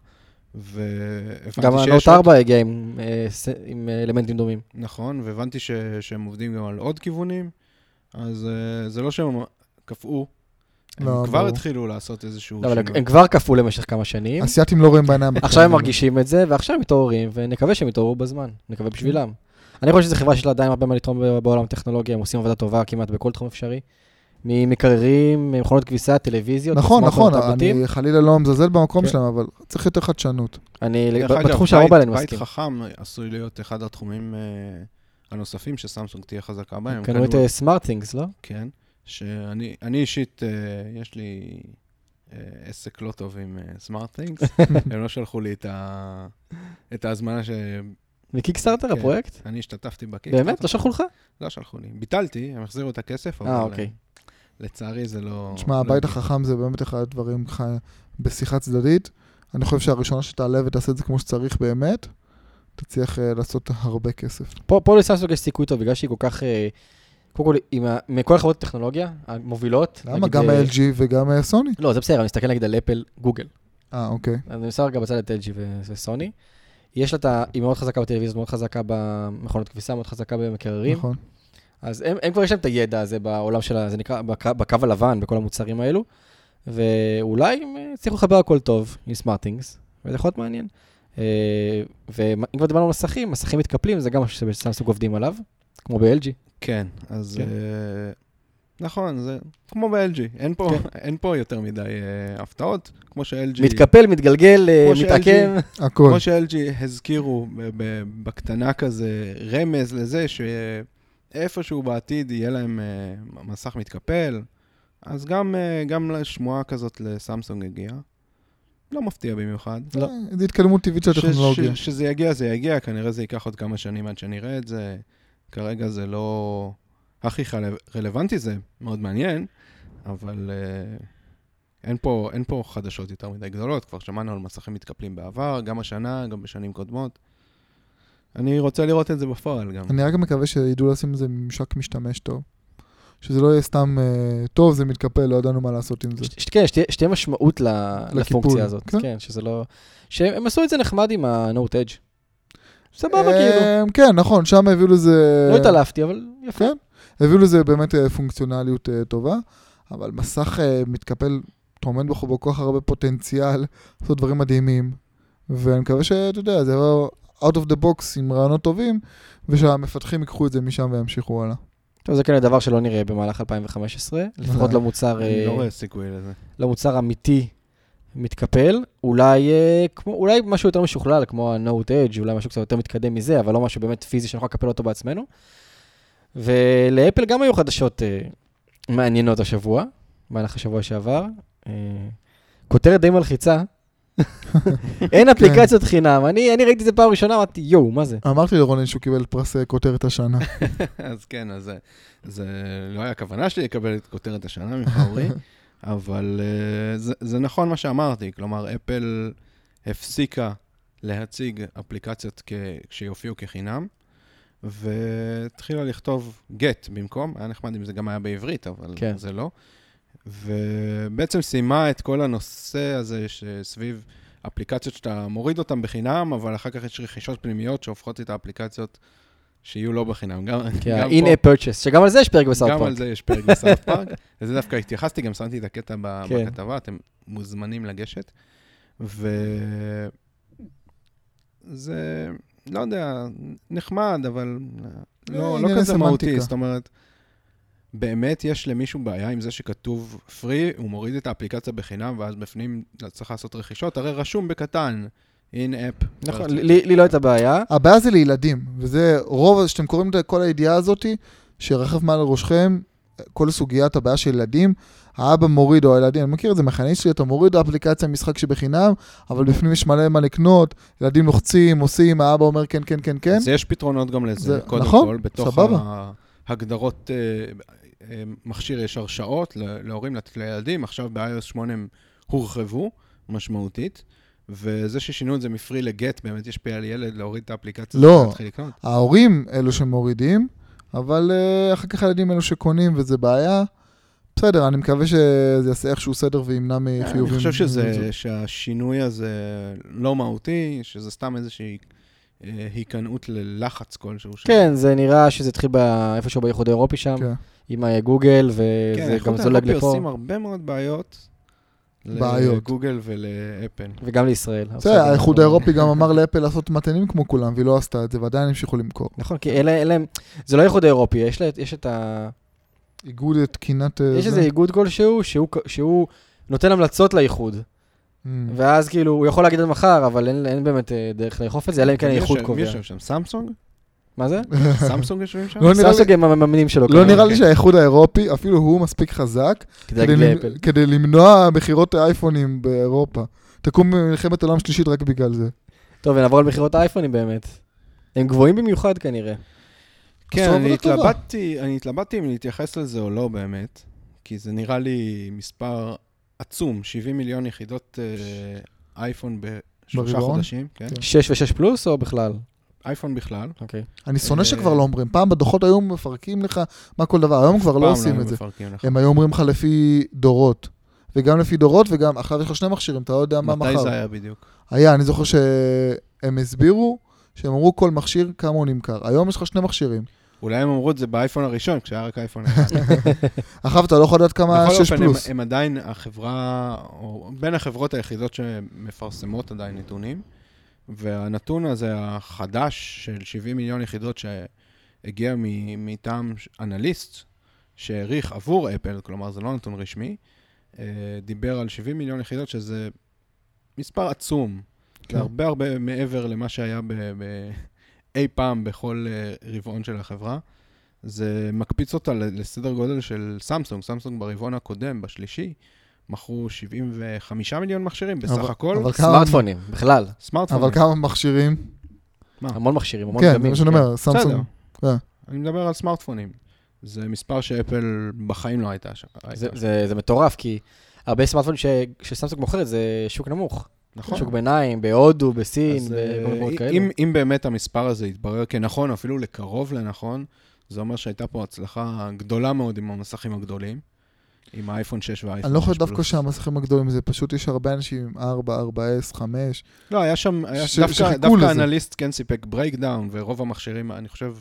גם הנוט 4 הגיע עם אלמנטים דומים. נכון, והבנתי שהם עובדים גם על עוד כיוונים, אז זה לא שהם קפאו, הם כבר התחילו לעשות איזשהו שינוי. הם כבר קפאו למשך כמה שנים. אסיאטים לא רואים בעיניים. עכשיו הם מרגישים את זה, ועכשיו הם מתעוררים, ונקווה שהם יתעוררו בזמן, נקווה בשבילם. אני חושב שזו חברה שיש לה עדיין הרבה מה לתרום בעולם הטכנולוגיה, הם עושים עבודה טובה כמעט בכל תחום אפשרי. ממקררים, מכונות כביסה, טלוויזיות. נכון, סמארטפונים, אני טאבלטים. חלילה לא מזלזל במקום כן. שלהם, אבל צריך יותר חדשנות. אני, דרך אגב, בתחום של המובייל אני בית מסכים. חכם עשוי להיות אחד התחומים הנוספים שסמסונג תהיה חזקה בהם. קנו את סמארט תינגס, לא? כן, שאני אישית, יש לי עסק לא טוב עם סמארט תינגס, הם לא שלחו לי את ההזמנה מקיקסטארטר הפרויקט? אני השתתפתי בקיקסטארטר. באמת? לא שלחו לך? לא שלחו לי. ביטלתי, הם החזירו את הכסף, אבל אוקיי. לצערי זה לא... תשמע, הבית החכם זה באמת אחד הדברים ככה בשיחה צדדית. אני חושב שהראשונה שתעלה ותעשה את זה כמו שצריך באמת, תצליח לעשות הרבה כסף. פה לסמסונג יש סיכוי טוב, בגלל שהיא כל כך... קודם כל, מכל החברות הטכנולוגיה המובילות... למה? גם LG וגם סוני? לא, זה בסדר, אני מסתכל נגיד על אפל, גוגל. אוקיי. אני מסתכל רגע בצד את LG וסוני. יש לה היא מאוד חזקה בטלוויזיה, מאוד חזקה במכונות כביסה, מאוד חזקה במקררים. נכון. אז הם כבר יש להם את הידע הזה בעולם שלה, זה נקרא בקו הלבן, בכל המוצרים האלו. ואולי הם צריכו לחבר הכל טוב עם סמארטינגס, וזה יכול להיות מעניין. ואם כבר דיברנו על מסכים, מסכים מתקפלים, זה גם משהו שסמסונג עובדים עליו, כמו ב-LG. כן, אז... נכון, זה כמו ב-LG. אין פה יותר מדי הפתעות, כמו ש-LG... מתקפל, מתגלגל, מתעקם. הכל. כמו ש-LG הזכירו בקטנה כזה רמז לזה שאיפשהו בעתיד יהיה להם מסך מתקפל, אז גם לשמועה כזאת לסמסונג הגיע. לא מפתיע במיוחד. לא. זה התקדמות טבעית של הטכנולוגיה. שזה יגיע, זה יגיע, כנראה זה ייקח עוד כמה שנים עד שנראה את זה. כרגע זה לא הכי רלוונטי, זה מאוד מעניין, אבל אין פה חדשות יותר מדי גדולות. כבר שמענו על מסכים מתקפלים בעבר, גם השנה, גם בשנים קודמות. אני רוצה לראות את זה בפועל גם. אני רק מקווה שידעו לשים איזה ממשק משתמש טוב. שזה לא יהיה סתם טוב, זה מתקפל, לא ידענו מה לעשות עם זה. כן, שתהיה משמעות לפונקציה הזאת. כן, שזה לא... שהם עשו את זה נחמד עם ה-Note Edge. סבבה כאילו. כן, נכון, שם הביאו לזה... לא התעלפתי, אבל יפה. כן, הביאו לזה באמת פונקציונליות טובה, אבל מסך מתקפל, טומן בו כל כך הרבה פוטנציאל, לעשות דברים מדהימים, ואני מקווה שאתה יודע, זה לא out of the box עם רעיונות טובים, ושהמפתחים ייקחו את זה משם וימשיכו הלאה. טוב, זה כן דבר שלא נראה במהלך 2015, לפחות למוצר... אני לא רואה סיכוי לזה. למוצר אמיתי מתקפל, אולי משהו יותר משוכלל, כמו ה-Note Edge, אולי משהו קצת יותר מתקדם מזה, אבל לא משהו באמת פיזי שנוכל לקפל אותו בעצמנו. ולאפל גם היו חדשות מעניינות השבוע, במהלך השבוע שעבר. כותרת די מלחיצה. אין אפליקציות חינם. אני ראיתי את זה פעם ראשונה, אמרתי, יואו, מה זה? אמרתי לרונן שהוא קיבל פרס כותרת השנה. אז כן, אז זה לא היה הכוונה שלי לקבל את כותרת השנה ממך, אורי. אבל זה נכון מה שאמרתי, כלומר, אפל הפסיקה להציג אפליקציות כשיופיעו כחינם, והתחילה לכתוב גט במקום, היה נחמד אם זה גם היה בעברית, אבל כן. זה לא. ובעצם סיימה את כל הנושא הזה שסביב אפליקציות שאתה מוריד אותן בחינם, אבל אחר כך יש רכישות פנימיות שהופכות את האפליקציות שיהיו לא בחינם. כן, in-app purchase, שגם על זה יש פרק בסאוט פארק. גם על זה יש פרק בסאוט פארק. וזה דווקא התייחסתי, גם שמתי את הקטע בכתבה, אתם מוזמנים לגשת. וזה, לא יודע, נחמד, אבל לא כזה מהותי. זאת אומרת, באמת יש למישהו בעיה עם זה שכתוב free, הוא מוריד את האפליקציה בחינם, ואז בפנים צריך לעשות רכישות, הרי רשום בקטן. in-app. נכון, לי לא הייתה בעיה. הבעיה זה לילדים, וזה רוב, שאתם קוראים את כל הידיעה הזאת, שרכב מעל ראשכם, כל סוגיית הבעיה של ילדים, האבא מוריד או הילדים, אני מכיר את זה, מכניס שלי, אתה מוריד האפליקציה משחק שבחינם, אבל בפנים יש מלא מה לקנות, ילדים לוחצים, עושים, האבא אומר כן, כן, כן, כן. אז יש פתרונות גם לזה, קודם נכון, כל, בתוך ההגדרות מכשיר יש הרשאות להורים לילדים, עכשיו ב-iOS 8 הם הורחבו משמעותית, וזה ששינו את זה מפרי לגט, באמת יש פעל ילד להוריד את האפליקציה. לא, ההורים אלו שמורידים, אבל אחר כך הילדים אלו שקונים, וזה בעיה. בסדר, אני מקווה שזה יעשה איכשהו סדר וימנע מחיובים. אני חושב שהשינוי הזה לא מהותי, שזה סתם איזושהי היכנעות ללחץ כלשהו. כן, זה נראה שזה התחיל איפשהו באיחוד האירופי שם, עם גוגל, וזה גם זולג לפה. כן, האיחוד האירופי עושים הרבה מאוד בעיות. לגוגל ולאפל. וגם לישראל. זה, האיחוד האירופי גם אמר לאפל לעשות מתנים כמו כולם, והיא לא עשתה את זה, ועדיין המשיכו למכור. נכון, כי זה לא האיחוד האירופי, יש את איגוד תקינת... יש איזה איגוד כלשהו שהוא נותן המלצות לאיחוד. ואז כאילו, הוא יכול להגיד עד מחר, אבל אין באמת דרך לאכוף את זה, אלא אם כן האיחוד קובע. מי יושב שם? סמסונג? מה זה? סמסונג יושבים שם? סמסונג הם הממנים שלו. לא נראה לי שהאיחוד האירופי, אפילו הוא מספיק חזק, כדי למנוע מחירות אייפונים באירופה. תקום מלחמת עולם שלישית רק בגלל זה. טוב, ונעבור על מחירות האייפונים באמת. הם גבוהים במיוחד כנראה. כן, אני התלבטתי אם להתייחס לזה או לא באמת, כי זה נראה לי מספר עצום, 70 מיליון יחידות אייפון בשלושה חודשים. 6 ו6 פלוס או בכלל? אייפון בכלל. אוקיי. אני שונא שכבר לא אומרים. פעם בדוחות היו מפרקים לך מה כל דבר, היום כבר לא עושים את זה. הם היו אומרים לך לפי דורות. וגם לפי דורות, וגם עכשיו יש לך 2 מכשירים, אתה לא יודע מה מחר. מתי זה היה בדיוק? אני זוכר שהם הסבירו, שהם אמרו כל מכשיר כמה הוא נמכר. היום יש לך 2 מכשירים. אולי הם אמרו את זה באייפון הראשון, כשהיה רק אייפון אחד. עכשיו אתה לא יכול לדעת כמה 6 פלוס. בכל אופן, הם עדיין החברה, או בין החברות היחידות שמפרסמות עדיין נתונים, והנתון הזה החדש של 70 מיליון יחידות שהגיע מטעם אנליסט, שהעריך עבור אפל, כלומר זה לא נתון רשמי, דיבר על 70 מיליון יחידות, שזה מספר עצום. זה הרבה הרבה מעבר למה שהיה אי פעם בכל רבעון של החברה. זה מקפיץ אותה לסדר גודל של סמסונג. סמסונג ברבעון הקודם, בשלישי, מכרו 75 מיליון מכשירים בסך הכל. סמארטפונים, בכלל. אבל כמה מכשירים? המון מכשירים, המון דגמים. כן, זה מה שאני אומר, סמסונג. אני מדבר על סמארטפונים. זה מספר שאפל בחיים לא הייתה שם. זה מטורף, כי הרבה סמארטפונים שסמסונג מוכרת זה שוק נמוך. נכון. שוק ביניים, בהודו, בסין, במקומות כאלו. אם באמת המספר הזה יתברר כנכון, אפילו לקרוב לנכון, זה אומר שהייתה פה הצלחה גדולה מאוד עם המסכים הגדולים, עם האייפון 6 והאייפון 6 פלוס. אני לא חושב דווקא שהמסכים הגדולים, זה פשוט יש הרבה אנשים עם 4, 4S, 5. לא, היה שם, דווקא אנליסט כן סיפק ברייקדאון, ורוב המכשירים, אני חושב,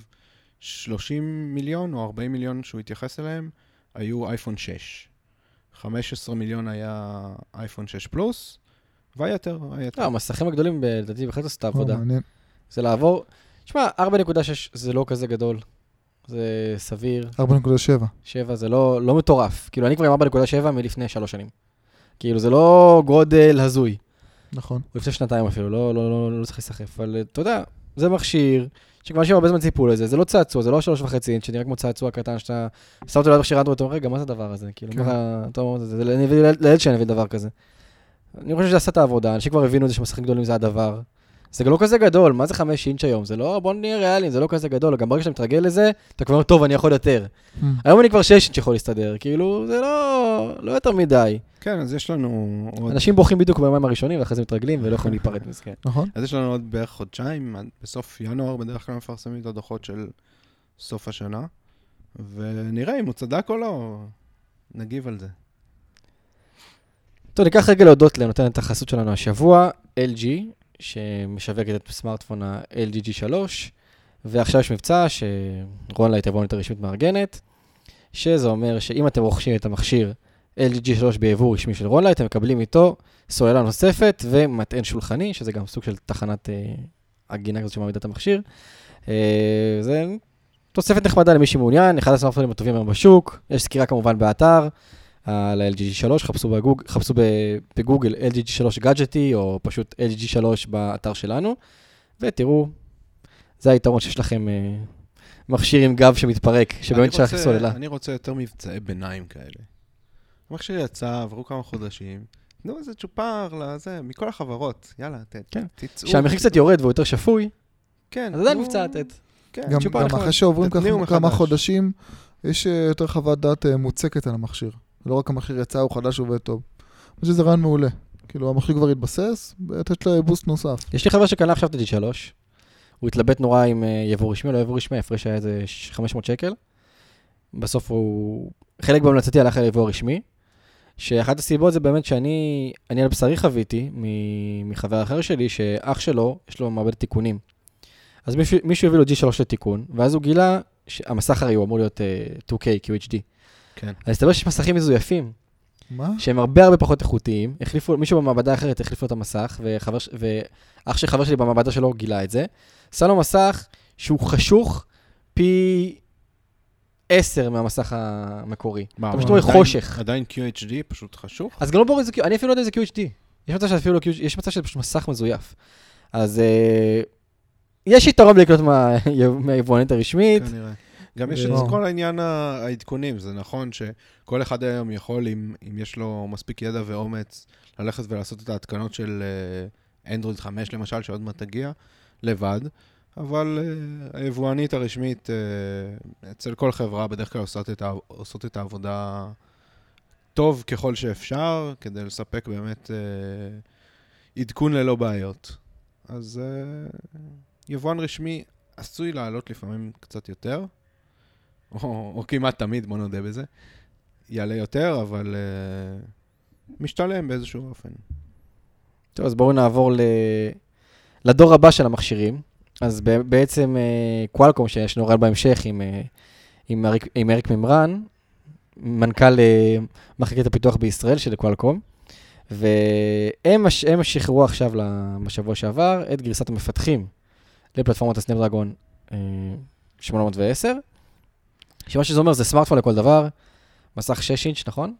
30 מיליון או 40 מיליון שהוא התייחס אליהם, היו אייפון 6. 15 מיליון היה אייפון 6 פלוס, והיתר. המסכים הגדולים, לדעתי, בכלל עושה את העבודה. זה לעבור, תשמע, 4.6 זה לא כזה גדול. זה סביר. 4.7. 7 זה לא מטורף. כאילו, אני כבר עם 4.7 מלפני 3 שנים. כאילו, זה לא גודל הזוי. נכון. הוא לפני 2 אפילו, לא צריך להיסחף. אבל אתה יודע, זה מכשיר, שכבר אנשים הרבה זמן ציפו לזה. זה לא צעצוע, זה לא 3.5 אינץ', שנראה כמו צעצוע קטן, שאתה שם אותו ליד מכשיר אנדרואיד, אתה אומר, רגע, מה זה הדבר הזה? כאילו, זה לילד שאני מביא דבר כזה. אני חושב שזה עשה את העבודה, אנשים כבר הבינו את זה שמסכים גדולים זה הדבר. זה לא כזה גדול, מה זה 5 אינץ' היום? זה לא, בוא נהיה ריאליים, זה לא כזה גדול. גם ברגע שאתה מתרגל לזה, אתה כבר טוב, אני יכול יותר. היום אני כבר 6 אינץ' יכול להסתדר, כאילו, זה לא יותר מדי. כן, אז יש לנו אנשים בוכים בדיוק בימים הראשונים, ואחרי זה מתרגלים ולא יכולים להיפרד מזה. נכון. אז יש לנו עוד בערך חודשיים, בסוף ינואר בדרך כלל מפרסמים את הדוחות של סוף השנה, ונראה אם הוא צדק או לא, נגיב על זה. טוב, ניקח רגע להודות לנותן את החסות שלנו השבוע, LG, שמשווקת את סמארטפון ה-LG G3, ועכשיו יש מבצע שרון לייט יבואנית הרשמית מארגנת, שזה אומר שאם אתם רוכשים את המכשיר LG G3 ביבוא רשמי של רון לייט, אתם מקבלים איתו סוללה נוספת ומטען שולחני, שזה גם סוג של תחנת הגינה כזאת שמעמידה את המכשיר. זה תוספת נחמדה למי שמעוניין, אחד הסמארטפונים הטובים היום בשוק, יש סקירה כמובן באתר, על ה-LG G3, חפשו בגוגל LG G3 Gadgety, או פשוט LG G3 באתר שלנו, ותראו, זה היתרון שיש לכם מכשיר עם גב שמתפרק, שבאמת שלח סוללה. אני רוצה יותר מבצעי ביניים כאלה. המכשיר יצא, עברו כמה חודשים, תנו איזה צ'ופר לזה, מכל החברות, יאללה, תצאו. כשהמחיר קצת יורד והוא יותר שפוי, אז עדיין מבצע לתת. גם אחרי שעוברים כמה חודשים, יש יותר חוות דעת מוצקת על המכשיר. לא רק המחיר יצא, הוא חדש ועובד טוב. זה רעיון מעולה. כאילו, המחיר כבר התבסס, ויש לה בוסט נוסף. יש לי חבר שקנה עכשיו את ה-G3, הוא התלבט נורא עם יבוא רשמי, לא יבוא רשמי, הפרש היה איזה 500 שקל. בסוף הוא, חלק בהמלצתי הלך על יבוא רשמי, שאחת הסיבות זה באמת שאני על בשרי חוויתי, מחבר אחר שלי, שאח שלו, יש לו מעבד תיקונים. אז מישהו הביא לו G3 לתיקון, ואז הוא גילה שהמסך הרי הוא אמור להיות 2K, QHD. כן. אז הסתבר שיש מסכים מזויפים. מה? שהם הרבה פחות איכותיים. מישהו במעבדה אחרת החליף לו את המסך, ואח של חבר שלי במעבדה שלו גילה את זה. שם לו מסך שהוא חשוך פי 10 מהמסך המקורי. מה, אתה פשוט רואה חושך. עדיין QHD פשוט חשוך? אז גם לא ברור, אני אפילו לא יודע אם זה QHD. יש מצב שזה פשוט מסך מזויף. אז יש יתרון לקנות מהיבואנית הרשמית. כנראה. גם יש את כל העניין העדכונים, זה נכון שכל אחד היום יכול, אם יש לו מספיק ידע ואומץ, ללכת ולעשות את ההתקנות של אנדרואיד 5 למשל, שעוד מעט תגיע, לבד, אבל היבואנית הרשמית אצל כל חברה בדרך כלל עושות את העבודה טוב ככל שאפשר, כדי לספק באמת עדכון ללא בעיות. אז יבואן רשמי עשוי לעלות לפעמים קצת יותר, או כמעט תמיד, בוא נודה בזה, יעלה יותר, אבל משתלם באיזשהו אופן. טוב, אז בואו נעבור לדור הבא של המכשירים. אז בעצם קואלקום, שנורא בהמשך עם אריק ממרן, מנכ"ל מחלקת הפיתוח בישראל של קואלקום, והם שחררו עכשיו בשבוע שעבר את גרסת המפתחים לפלטפורמת הסנאפדרגון 810, שמה שזה אומר זה סמארטפון לכל דבר, מסך 6 אינץ', נכון?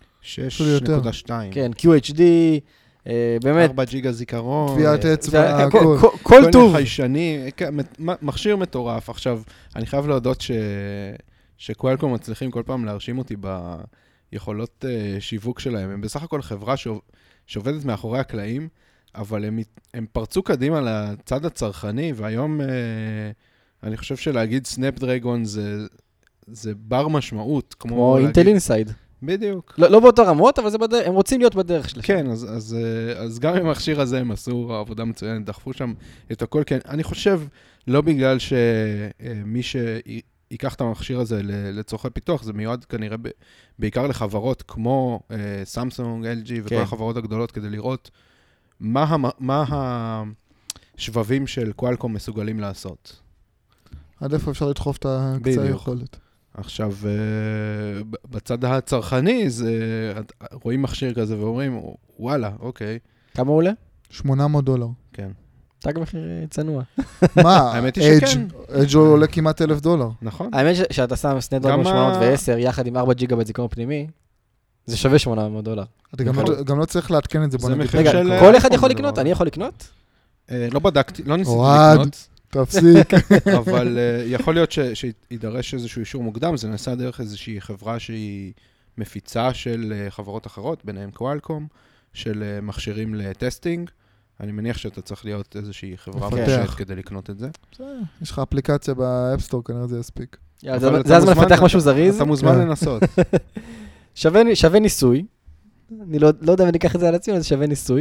6.2. כן, QHD, באמת. 4 ג'יגה זיכרון. טביעת אצבע, כל טוב. חיישני, מכשיר מטורף. עכשיו, אני חייב להודות שקואלקום מצליחים כל פעם להרשים אותי ביכולות שיווק שלהם. הם בסך הכל חברה שעובדת מאחורי הקלעים, אבל הם פרצו קדימה לצד הצרכני, והיום אני חושב שלהגיד סנאפדרגון זה בר משמעות. כמו אינטל אינסייד. בדיוק. לא באותו רמות, אבל הם רוצים להיות בדרך שלהם. כן, אז גם עם המכשיר הזה הם עשו עבודה מצוינת, דחפו שם את הכל. כן, אני חושב, לא בגלל שמי שיקח את המכשיר הזה לצורכי פיתוח, זה מיועד כנראה בעיקר לחברות כמו סמסונג, LG וכל החברות הגדולות, כדי לראות מה השבבים של קואלקום מסוגלים לעשות. עד איפה אפשר לדחוף את הקצה היכולת. עכשיו, בצד הצרכני, רואים מכשיר כזה ואומרים, וואלה, אוקיי. כמה עולה? $800. כן. תג מחיר צנוע. מה? האמת היא שכן. אדג' עולה כמעט $1,000. נכון. האמת שאתה שם סנאפדרגון 810 יחד עם 4 ג'יגה בזיכרון פנימי, זה שווה $800. אתה גם לא צריך להתקן את זה. רגע, כל אחד יכול לקנות? אני יכול לקנות? לא בדקתי, לא ניסיתי לקנות. תפסיק. אבל יכול להיות שידרש איזשהו אישור מוקדם, זה נעשה דרך איזושהי חברה שהיא מפיצה של חברות אחרות, ביניהם קואלקום, של מכשירים לטסטינג. אני מניח שאתה צריך להיות איזושהי חברה מפתח כדי לקנות את זה. יש לך אפליקציה באפסטור, כנראה זה יספיק. זה הזמן לפתח משהו זריז. אתה מוזמן לנסות. שווה ניסוי. אני לא יודע אם אני אקח את זה על עצמי, אבל זה שווה ניסוי.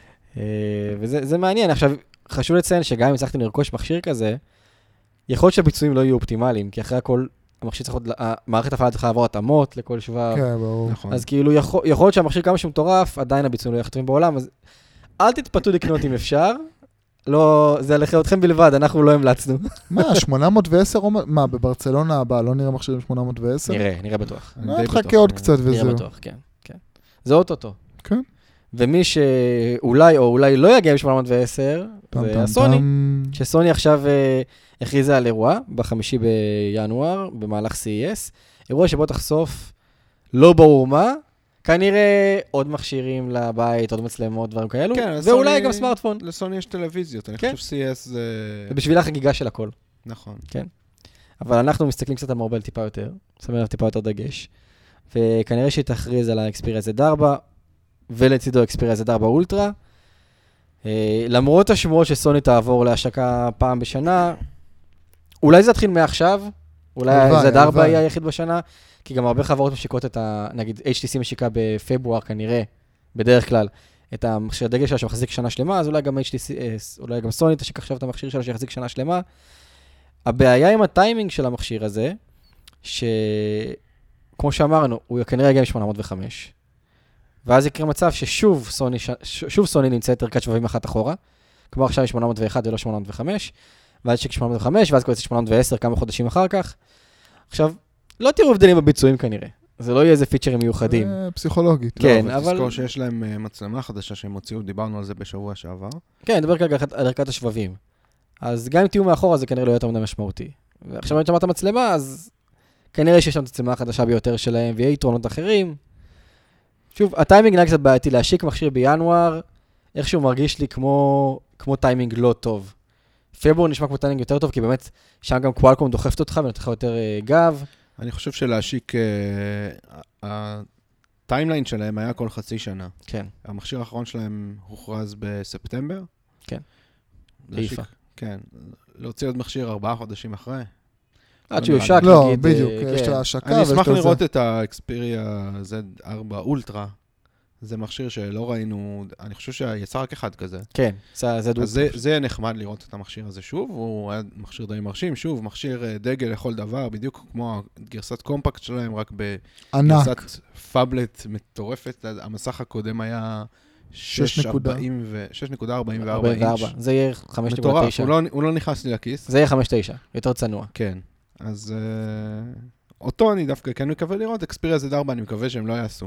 וזה מעניין. עכשיו, חשוב לציין שגם אם הצלחתם לרכוש מכשיר כזה, יכול להיות שהביצועים לא יהיו אופטימליים, כי אחרי הכל, המכשיר צריך להיות, המערכת הפעלה צריכה לעבור התאמות לכל שבב. כן, ברור. אז כאילו, יכול להיות שהמכשיר כמה שהוא מטורף, עדיין הביצועים לא יהיו טובים בעולם, אז אל תתפתו לקנות אם אפשר. לא, זה לחייתכם בלבד, אנחנו לא המלצנו. מה, 810? מה, בברצלונה הבאה לא נראה מכשירים 810? נראה בטוח. תחכה עוד קצת וזהו. נראה בטוח, כן. זה אוטוטו. כן. ומי שאולי או אולי לא יגיע ב-810, זה הסוני, שסוני עכשיו הכריזה על אירוע, ב5 בינואר, במהלך CES, אירוע שבו תחשוף, לא ברור מה, כנראה עוד מכשירים לבית, עוד מצלמות, דברים כאלו, ואולי גם סמארטפון. לסוני יש טלוויזיות, אני חושב CES זה... זה בשביל החגיגה של הכל. נכון. כן. אבל אנחנו מסתכלים קצת על מובייל טיפה יותר, שמים עליו טיפה יותר דגש, וכנראה שהיא תכריז על ה-Xperia Z4, ולצידו Xperia Z4 אולטרה. למרות השמועות שסוני תעבור להשקה פעם בשנה, אולי זה יתחיל מעכשיו, אולי Z4 יהיה היחיד בשנה, כי גם הרבה חברות משיקות את נגיד HTC משיקה בפברואר כנראה, בדרך כלל, את המכשיר הדגל שלה שמחזיק שנה שלמה, אז אולי גם HTC, אולי גם סוני תשיק עכשיו את המכשיר שלה שיחזיק שנה שלמה. הבעיה עם הטיימינג של המכשיר הזה, שכמו שאמרנו, הוא כנראה יגיע מ-805. ואז יקרה מצב ששוב סוני נמצאת ערכת שבבים אחת אחורה, כמו עכשיו 801 ולא 805, ואז שק 805, ואז קורצת 810 כמה חודשים אחר כך. עכשיו, לא תראו הבדלים בביצועים כנראה. זה לא יהיה איזה פיצ'רים מיוחדים. פסיכולוגית. כן, אבל... תזכור שיש להם מצלמה חדשה שהם הוציאו, דיברנו על זה בשבוע שעבר. כן, נדבר כרגע על ערכת השבבים. אז גם אם תהיו מאחורה, זה כנראה לא יותר מדי משמעותי. ועכשיו אני שמעת המצלמה, אז כנראה שיש שם את הצלמה החדשה ביותר שלהם, ויהיה יתרונות אחרים. שוב, הטיימינג נהיה קצת בעייתי, להשיק מכשיר בינואר, איכשהו מרגיש לי כמו טיימינג לא טוב. פברואר נשמע כמו טיימינג יותר טוב, כי באמת שם גם קואלקום דוחפת אותך ונותנת לך יותר גב. אני חושב שלהשיק, הטיימליין שלהם היה כל חצי שנה. כן. המכשיר האחרון שלהם הוכרז בספטמבר. כן. להשיק, איפה. כן. להוציא עוד מכשיר 4 חודשים אחרי. עד שהוא יושק, לא, נגיד, בדיוק, כן. יש את ההשקה. אני ויש אשמח את לראות זה. את האקספיריה Z4 אולטרה. זה מכשיר שלא ראינו, אני חושב שיצא רק אחד כזה. כן, זה דו. אז זה נחמד לראות את המכשיר הזה שוב, הוא היה מכשיר די מרשים, שוב, מכשיר דגל לכל דבר, בדיוק כמו גרסת קומפקט שלהם, רק ענק. בגרסת פאבלט מטורפת, המסך הקודם היה 6.44 אינץ'. זה יהיה 5.9. מטורף, הוא לא נכנס לי לכיס. זה יהיה 5.9, יותר צנוע. כן, אז אותו אני דווקא כן מקווה לראות, אקספיריה Z4 אני מקווה שהם לא יעשו.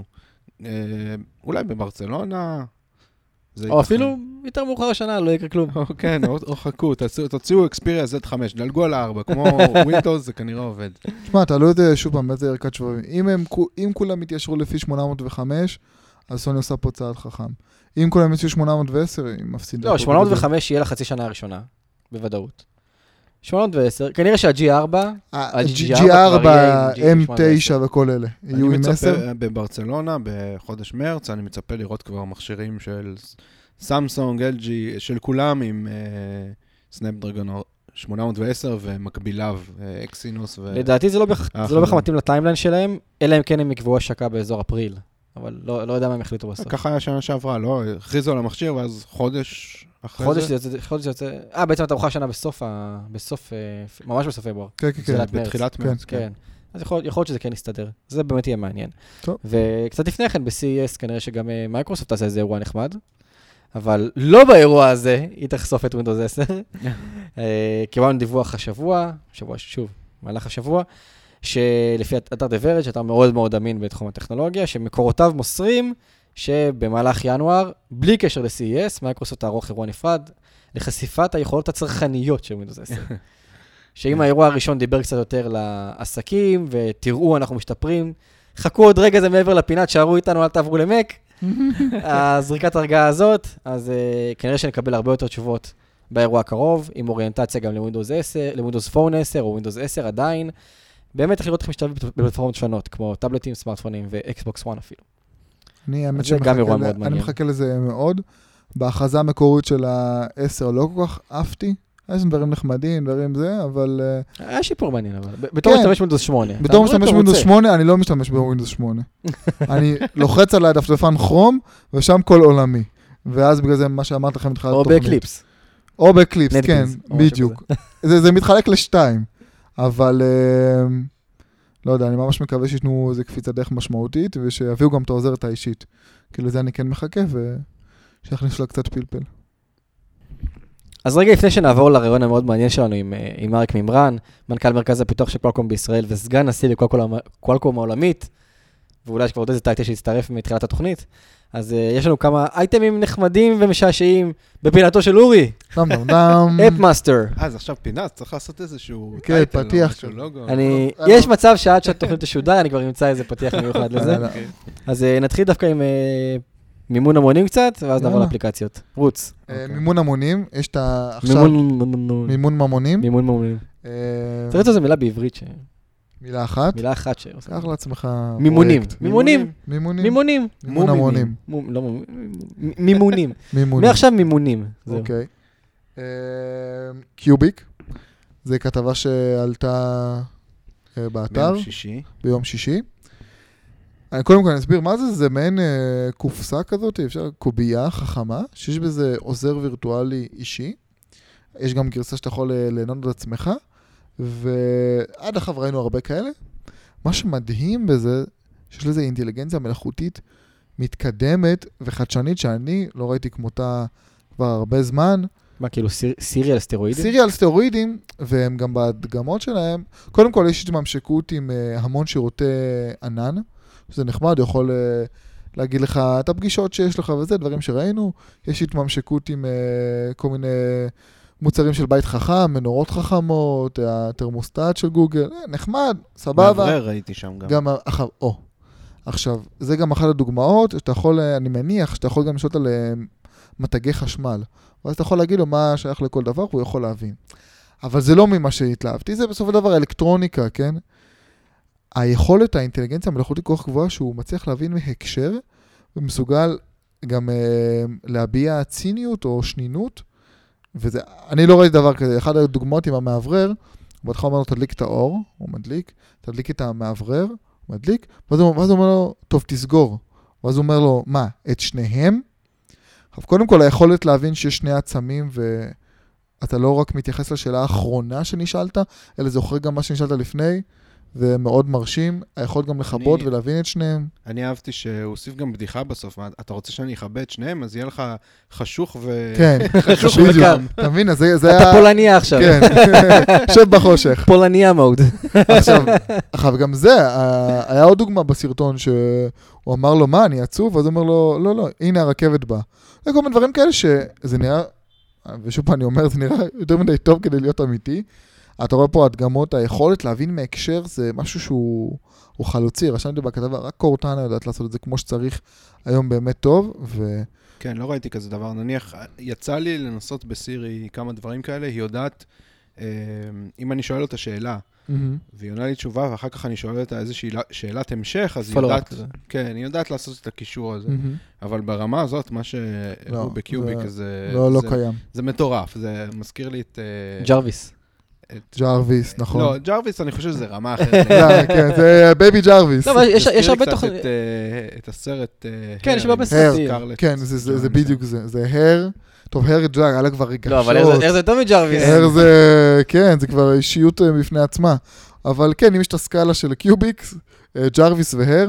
אולי בברצלונה. או אפילו יותר מאוחר השנה, לא יקרה כלום. כן, או חכו, תוציאו אקספיריה Z5, דלגו על 4, כמו ווינדוס זה כנראה עובד. תשמע, תעלו את זה שוב פעם, איזה ערכת שבבים. אם כולם יתיישרו לפי 805, אז סוני עושה פה צעד חכם. אם כולם יצאו 810, היא מפסידה. לא, 805 יהיה לחצי שנה הראשונה, בוודאות. 810, כנראה שה-G4, G4, M9 וכל אלה, יהיו עם 10. בברצלונה, בחודש מרץ, אני מצפה לראות כבר מכשירים של סמסונג, LG, של כולם עם סנאפדרגון 810 ומקביליו, אקסינוס. לדעתי זה לא בכך מתאים לטיימליין שלהם, אלא אם כן הם יקבעו השקה באזור אפריל. אבל לא יודע מה הם החליטו בסוף. ככה היה שנה שעברה, לא? הכריזו על המכשיר, ואז חודש אחרי זה. חודש יוצא, בעצם אתה ארוחה שנה בסוף, ממש בסוף פברואר. כן, כן, בתחילת מרץ. כן. אז יכול להיות שזה כן יסתדר. זה באמת יהיה מעניין. טוב. וקצת לפני כן, ב-CES, כנראה שגם מייקרוסופט תעשה איזה אירוע נחמד, אבל לא באירוע הזה, היא תחשוף את Windows 10. קיבלנו דיווח השבוע, מהלך השבוע, שלפי אתר The Verge, אתר מאוד מאוד אמין בתחום הטכנולוגיה, שמקורותיו מוסרים שבמהלך ינואר, בלי קשר ל-CES, מייקרוסופט תערוך אירוע נפרד, לחשיפת היכולות הצרכניות של Windows 10. שאם האירוע הראשון דיבר קצת יותר לעסקים, ותראו, אנחנו משתפרים, חכו עוד רגע זה מעבר לפינה, שערו איתנו, אל תעברו למק. הזריקת הרגעה הזאת, אז כנראה שנקבל הרבה יותר תשובות באירוע הקרוב, עם אוריינטציה גם ל-Windows 10, ל-Windows Phone 10 או Windows 10 עדיין. באמת איך לראות איך משתלבים בפלטפורמות שונות, כמו טאבלטים, סמארטפונים ו-Xbox One אפילו. אני מחכה לזה מאוד. בהכרזה המקורית של ה-10 לא כל כך אהבתי. היה שם דברים נחמדים, דברים זה, אבל... היה שיפור מעניין, אבל... בתור משתמש בווינדוס 8. בתור משתמש בווינדוס 8, אני לא משתמש בווינדוס 8. אני לוחץ על הדפדפן כרום, ושם כל עולמי. ואז בגלל זה מה שאמרת לכם מתחילת התוכנית. או בקליפס, כן, בדיוק. זה מתחלק לשתיים. אבל לא יודע, אני ממש מקווה שישנו איזה קפיצה דרך משמעותית, ושיביאו גם את העוזרת האישית. כי לזה אני כן מחכה, ושיכניסו לה קצת פלפל. אז רגע לפני שנעבור לרעיון המאוד מעניין שלנו עם אריק מימרן, מנכ"ל מרכז הפיתוח של קואלקום בישראל, וסגן נשיא לקואלקום העולמית, ואולי שכבר עוד איזה טייטל שהצטרף מתחילת התוכנית, אז יש לנו כמה אייטמים נחמדים ומשעשעים בפינתו של אורי. אפמאסטר. אז עכשיו פינה, צריך לעשות איזשהו טייטל, פתיח. יש מצב שעד שהתוכנית תשודר, אני כבר אמצא איזה פתיח מיוחד לזה. אז נתחיל דווקא עם מימון המונים קצת, ואז נעבור לאפליקציות. רוץ. מימון המונים, יש את עכשיו... מימון ממונים. מימון ממונים. צריך לזה מילה בעברית מילה אחת? מילה אחת קח לעצמך מימונים. מימונים. מימונים. מימון המונים. מימונים. מעכשיו מימונים. אוקיי. קיוביק. זה כתבה שעלתה באתר. ביום שישי. קודם כל אני אסביר מה זה, זה מעין קופסה כזאת, אפשר קובייה חכמה, שיש בזה עוזר וירטואלי אישי. יש גם גרסה שאתה יכול ליהנות בעצמך. ועד עכשיו ראינו הרבה כאלה. מה שמדהים בזה, שיש לזה אינטליגנציה מלאכותית מתקדמת וחדשנית, שאני לא ראיתי כמותה כבר הרבה זמן. מה, כאילו סיריאל סטרואידים? סיריאל סטרואידים, והם גם בהדגמות שלהם. קודם כל יש התממשקות עם המון שירותי ענן, שזה נחמד, יכול להגיד לך את הפגישות שיש לך וזה, דברים שראינו. יש התממשקות עם כל מיני מוצרים של בית חכם, מנורות חכמות, התרמוסטט של גוגל, נחמד, סבבה. מעברר ראיתי שם גם. עכשיו, זה גם אחת הדוגמאות, שאתה יכול, אני מניח, שאתה יכול גם לשאול על מתגי חשמל. ואז אתה יכול להגיד לו מה שייך לכל דבר, והוא יכול להבין. אבל זה לא ממה שהתלהבתי, זה בסופו של דבר אלקטרוניקה, כן? היכולת, האינטליגנציה המלאכותית כל כך גבוהה, שהוא מצליח להבין מהקשר, ומסוגל גם להביע ציניות או שנינות, וזה, אני לא ראיתי דבר כזה, אחד הדוגמאות עם המעברר, הוא בהתחלה אומר לו, תדליק את האור, הוא מדליק, תדליק את המעברר, הוא מדליק, ואז הוא אומר לו, טוב, תסגור. ואז הוא אומר לו, מה, את שניהם? עכשיו, קודם כל, היכולת להבין שיש שני עצמים, ואתה לא רק מתייחס לשאלה האחרונה שנשאלת, אלא זוכר גם מה שנשאלת לפני, זה מאוד מרשים, היכולת גם לחבות ולהבין את שניהם. אני אהבתי שהוא הוסיף גם בדיחה בסוף, אתה רוצה שאני אכבה את שניהם, אז יהיה לך חשוך כן, חשוך וקר. אתה מבין, אז זה היה... אתה פולניה עכשיו. כן, שב בחושך. פולניה מוד. עכשיו, גם זה, היה עוד דוגמה בסרטון שהוא אמר לו, מה, אני עצוב? אז הוא אומר לו, לא, לא, הנה הרכבת באה. זה כל מיני דברים כאלה שזה נראה, ושוב פעם אני אומר, זה נראה יותר מדי טוב כדי להיות אמיתי. אתה רואה פה הדגמות, היכולת להבין מהקשר זה משהו שהוא חלוצי. רשמתי בכתבה, רק קורטנה יודעת לעשות את זה כמו שצריך היום באמת טוב. כן, לא ראיתי כזה דבר. נניח, יצא לי לנסות בסירי כמה דברים כאלה, היא יודעת, אם אני שואל אותה שאלה, והיא עונה לי תשובה, ואחר כך אני שואל אותה איזושהי שאלת המשך, אז היא יודעת, כן, היא יודעת לעשות את הקישור הזה. אבל ברמה הזאת, מה שהראו בקיוביק, לא קיים. זה מטורף, זה מזכיר לי את... ג'רוויס. ג'רוויס, נכון. לא, ג'רוויס, אני חושב שזה רמה אחרת. כן, זה בייבי ג'רוויס. לא, יש הרבה תוכן... את הסרט... כן, יש הרבה סרטים. כן, זה בדיוק זה. זה הר. טוב, הר ג'אג, היה לה כבר רגשות. לא, אבל הר זה יותר מג'רוויס. הר זה, כן, זה כבר אישיות בפני עצמה. אבל כן, אם יש את הסקאלה של קיוביקס, ג'רוויס והר,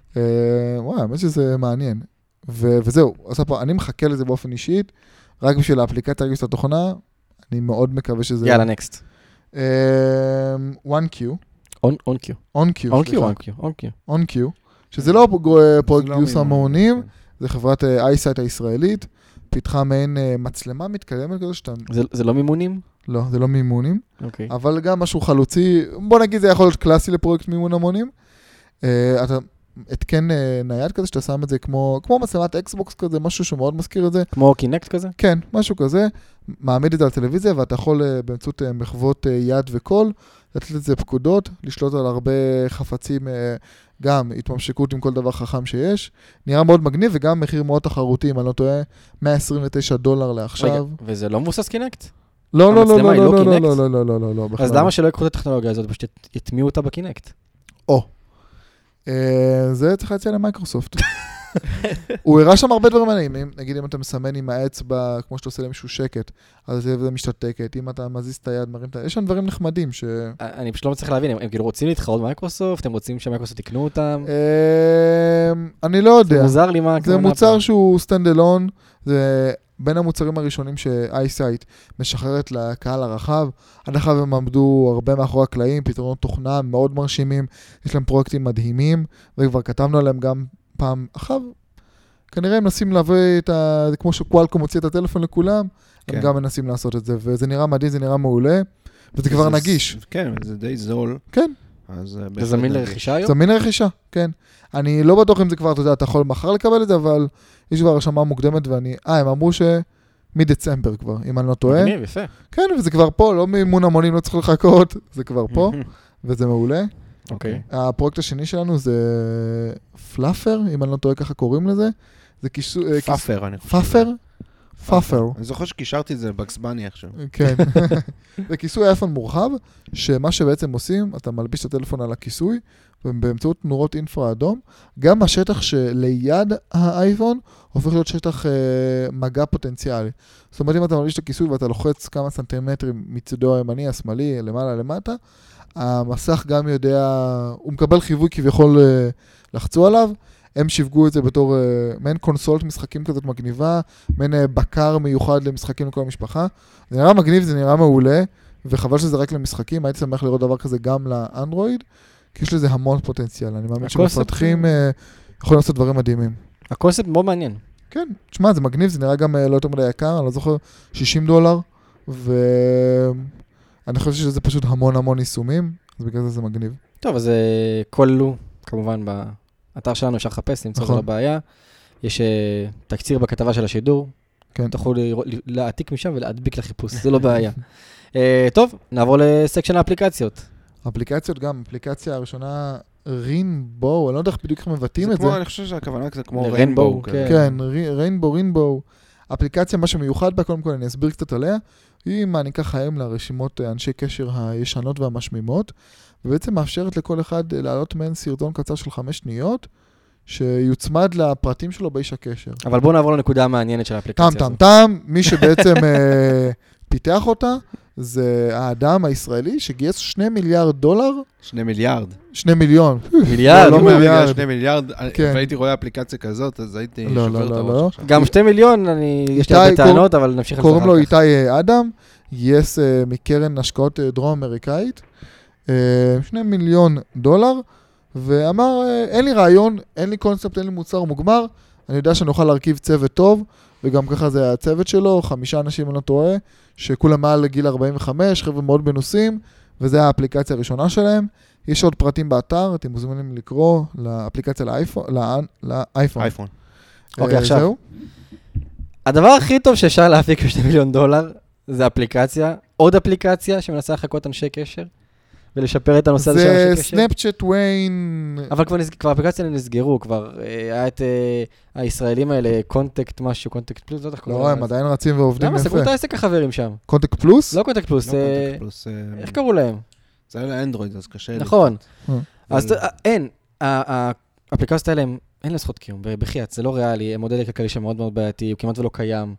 וואי, האמת שזה מעניין. וזהו, אני מחכה לזה באופן אישית, רק בשביל האפליקציה, רק בשביל התוכנה, אני מאוד מקווה שזה... יאללה, נקסט. OnQ, שזה לא פרויקט גיוס המונים, זה חברת אייסייט הישראלית, פיתחה מעין מצלמה מתקדמת כזו שאתה... זה לא מימונים? לא, זה לא מימונים, אוקיי. אבל גם משהו חלוצי, בוא נגיד זה יכול להיות קלאסי לפרויקט מימון המונים, אתה התקן נייד כזה, שאתה שם את זה כמו מצלמת אקסבוקס כזה, משהו שמאוד מזכיר את זה. כמו קינקט כזה? כן, משהו כזה, מעמיד את זה על טלוויזיה, ואתה יכול באמצעות מחוות יד וקול, לתת לזה פקודות, לשלוט על הרבה חפצים, גם התממשקות עם כל דבר חכם שיש. נראה מאוד מגניב, וגם מחיר מאוד תחרותי, אם אני לא טועה, $129 לעכשיו. רגע, וזה לא מבוסס קינקט? לא, לא, לא, המצלמה היא לא לא, קינקט? לא, לא, לא, לא, לא, לא, אז למה שלא יקחו את הטכנולוגיה הזאת, פשוט יטמיעו אותה בקינקט? זה צריך להציע למייקרוסופט. הוא הראה שם הרבה דברים מעניינים, נגיד אם אתה מסמן עם האצבע, כמו שאתה עושה למישהו שקט, אז זה משתתקת, אם אתה מזיז את היד, מרים את היד, יש שם דברים נחמדים ש... אני פשוט לא מצליח להבין, הם כאילו רוצים להתחרות במייקרוסופט, הם רוצים שמייקרוסופט יקנו אותם? אני לא יודע. זה מוזר לי מה... זה מוצר שהוא סטנד אלון, זה בין המוצרים הראשונים שאייסייט משחררת לקהל הרחב, הנחה הם עמדו הרבה מאחורי הקלעים, פתרונות תוכנה מאוד מרשימים, יש להם פרויקטים מדהימים, וכבר כתבנו עליהם גם פעם אחר, כנראה הם מנסים להביא את ה... זה כמו שקואלקום מוציא את הטלפון לכולם, כן. הם גם מנסים לעשות את זה, וזה נראה מדהים, זה נראה מעולה, וזה כבר נגיש. כן, זה די זול. כן. זה זמין לרכישה היום? זמין לרכישה, כן. אני לא בטוח אם זה כבר, אתה יודע, אתה יכול מחר לקבל את זה, אבל יש כבר הרשמה מוקדמת, ואני... הם אמרו שמדצמבר כבר, אם אני לא טועה. מגניב, יפה. כן, וזה כבר פה, לא מימון המונים, לא צריך לחכות, זה כבר פה, וזה מעולה. אוקיי. הפרויקט השני שלנו זה פלאפר, אם אני לא טועה ככה קוראים לזה. זה כיסוי... פאפר, אני חושב. פאפר? פאפר. אני זוכר שקישרתי את זה בקסבני עכשיו. כן. זה כיסוי אייפון מורחב, שמה שבעצם עושים, אתה מלביש את הטלפון על הכיסוי, ובאמצעות נורות אינפרה אדום, גם השטח שליד האייפון הופך להיות שטח מגע פוטנציאלי. זאת אומרת, אם אתה מלביש את הכיסוי ואתה לוחץ כמה סנטימטרים מצדו הימני, השמאלי, למעלה, למטה, המסך גם יודע, הוא מקבל חיווי כביכול לחצו עליו, הם שיווגו את זה בתור מעין קונסולט משחקים כזאת מגניבה, מעין בקר מיוחד למשחקים לכל המשפחה. זה נראה מגניב, זה נראה מעולה, וחבל שזה רק למשחקים, הייתי שמח לראות דבר כזה גם לאנדרואיד, כי יש לזה המון פוטנציאל, אני מאמין שמפתחים יכולים לעשות דברים מדהימים. הקונספט מאוד מעניין. כן, תשמע, זה מגניב, זה נראה גם לא יותר מדי יקר, אני לא זוכר, $60, ואני חושב שזה פשוט המון המון יישומים, אז בגלל זה מגניב. טוב, אז כללו, כמובן, באתר שלנו אפשר לחפש, למצוא את הבעיה. יש תקציר בכתבה של השידור. כן. תוכלו להעתיק משם ולהדביק לחיפוש, זה לא בעיה. טוב, נעבור לסקשן האפליקציות. אפליקציות גם, אפליקציה הראשונה, רינבו, אני לא יודע בדיוק איך מבטאים את זה. אני חושב שהכוונה זה כמו ריינבו. כן, ריינבו. אפליקציה, מה שמיוחד בה, קודם כל אני אסביר קצת עליה, היא מעניקה חיים לרשימות אנשי קשר הישנות והמשמימות, ובעצם מאפשרת לכל אחד להעלות מעין סרטון קצר של 5 שניות, שיוצמד לפרטים שלו באיש הקשר. אבל בואו נעבור לנקודה המעניינת של האפליקציה הזאת. מי שבעצם פיתח אותה, זה האדם הישראלי שגייס $2 מיליארד. 2 מיליארד. 2 מיליון. מיליארד? לא מיליארד. 2 מיליארד, והייתי רואה אפליקציה כזאת, אז הייתי שובר את הראש. גם 2 מיליון, יש לי הרבה טענות, אבל נמשיך על זה אחר כך. קוראים לו איתי אדם, גייס מקרן השקעות דרום אמריקאית, $2 מיליון, ואמר, אין לי רעיון, אין לי קונספט, אין לי מוצר מוגמר, אני יודע שאני אוכל להרכיב צוות טוב, וגם ככה זה הצוות שלו, 5 אנשים אני לא טועה, שכולם מעל לגיל 45, חבר'ה מאוד בנוסים, וזה האפליקציה הראשונה שלהם. יש עוד פרטים באתר, אתם מוזמנים לקרוא לאפליקציה לאייפון. אוקיי, עכשיו. הדבר הכי טוב שאפשר להפיק $2 מיליון, זה אפליקציה, עוד אפליקציה שמנסה לחכות אנשי קשר, ולשפר את הנושא הזה של אנשי קשר. זה סנאפצ'אט וויין. אבל כבר אפליקציה נסגרו, כבר היה את הישראלים האלה, קונטקט משהו, קונטקט פלוס, לא, הם עדיין רצים ועובדים יפה. למה סגרו את העסק החברים שם? קונטקט פלוס? לא קונטקט פלוס, איך קראו להם? זה היה לאנדרואיד, אז קשה. נכון. אז אין, האפליקציות האלה, אין להם זכות קיום, בחייאת, זה לא ריאלי, המודל הכלכלי שם מאוד מאוד בעייתי, הוא כמעט ולא קיים.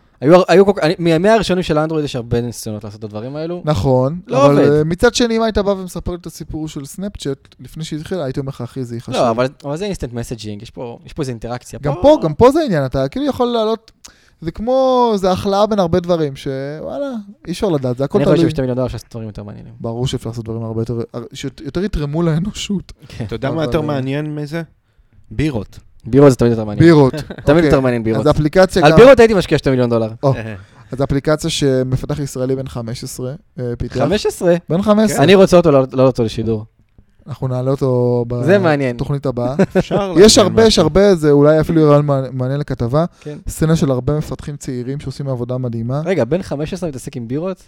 מימי הראשונים של האנדרואיד יש הרבה ניסיונות לעשות את הדברים האלו. נכון, לא עובד. אבל מצד שני, אם היית בא ומספר את הסיפור של סנאפצ'אט, לפני שהתחילה, הייתי אומר לך, אחי, זה חשוב. לא, אבל זה אינסטנט מסג'ינג, יש פה איזו אינטראקציה. גם פה זה העניין, אתה כאילו יכול לעלות, זה כמו, זה החלאה בין הרבה דברים, שוואלה, אי אפשר לדעת, זה הכל תלוי. אני חושב $2 מיליון אפשר לעשות דברים יותר מעניינים. ברור שאפשר לעשות דברים הרבה יותר יתרמו לאנושות. אתה יודע מה יותר מעניין מזה? בירות. בירות זה תמיד יותר מעניין. בירות. תמיד יותר מעניין בירות. אז אפליקציה גם... על בירות הייתי משקיע $2 מיליון. אז אפליקציה שמפתח ישראלי בן 15, פיתח. 15? בן 15. אני רוצה אותו, לא אותו לשידור. אנחנו נעלה אותו בתוכנית הבאה. יש הרבה, זה אולי אפילו יראה מעניין לכתבה. סצנה של הרבה מפתחים צעירים שעושים עבודה מדהימה. רגע, בן 15 מתעסק עם בירות?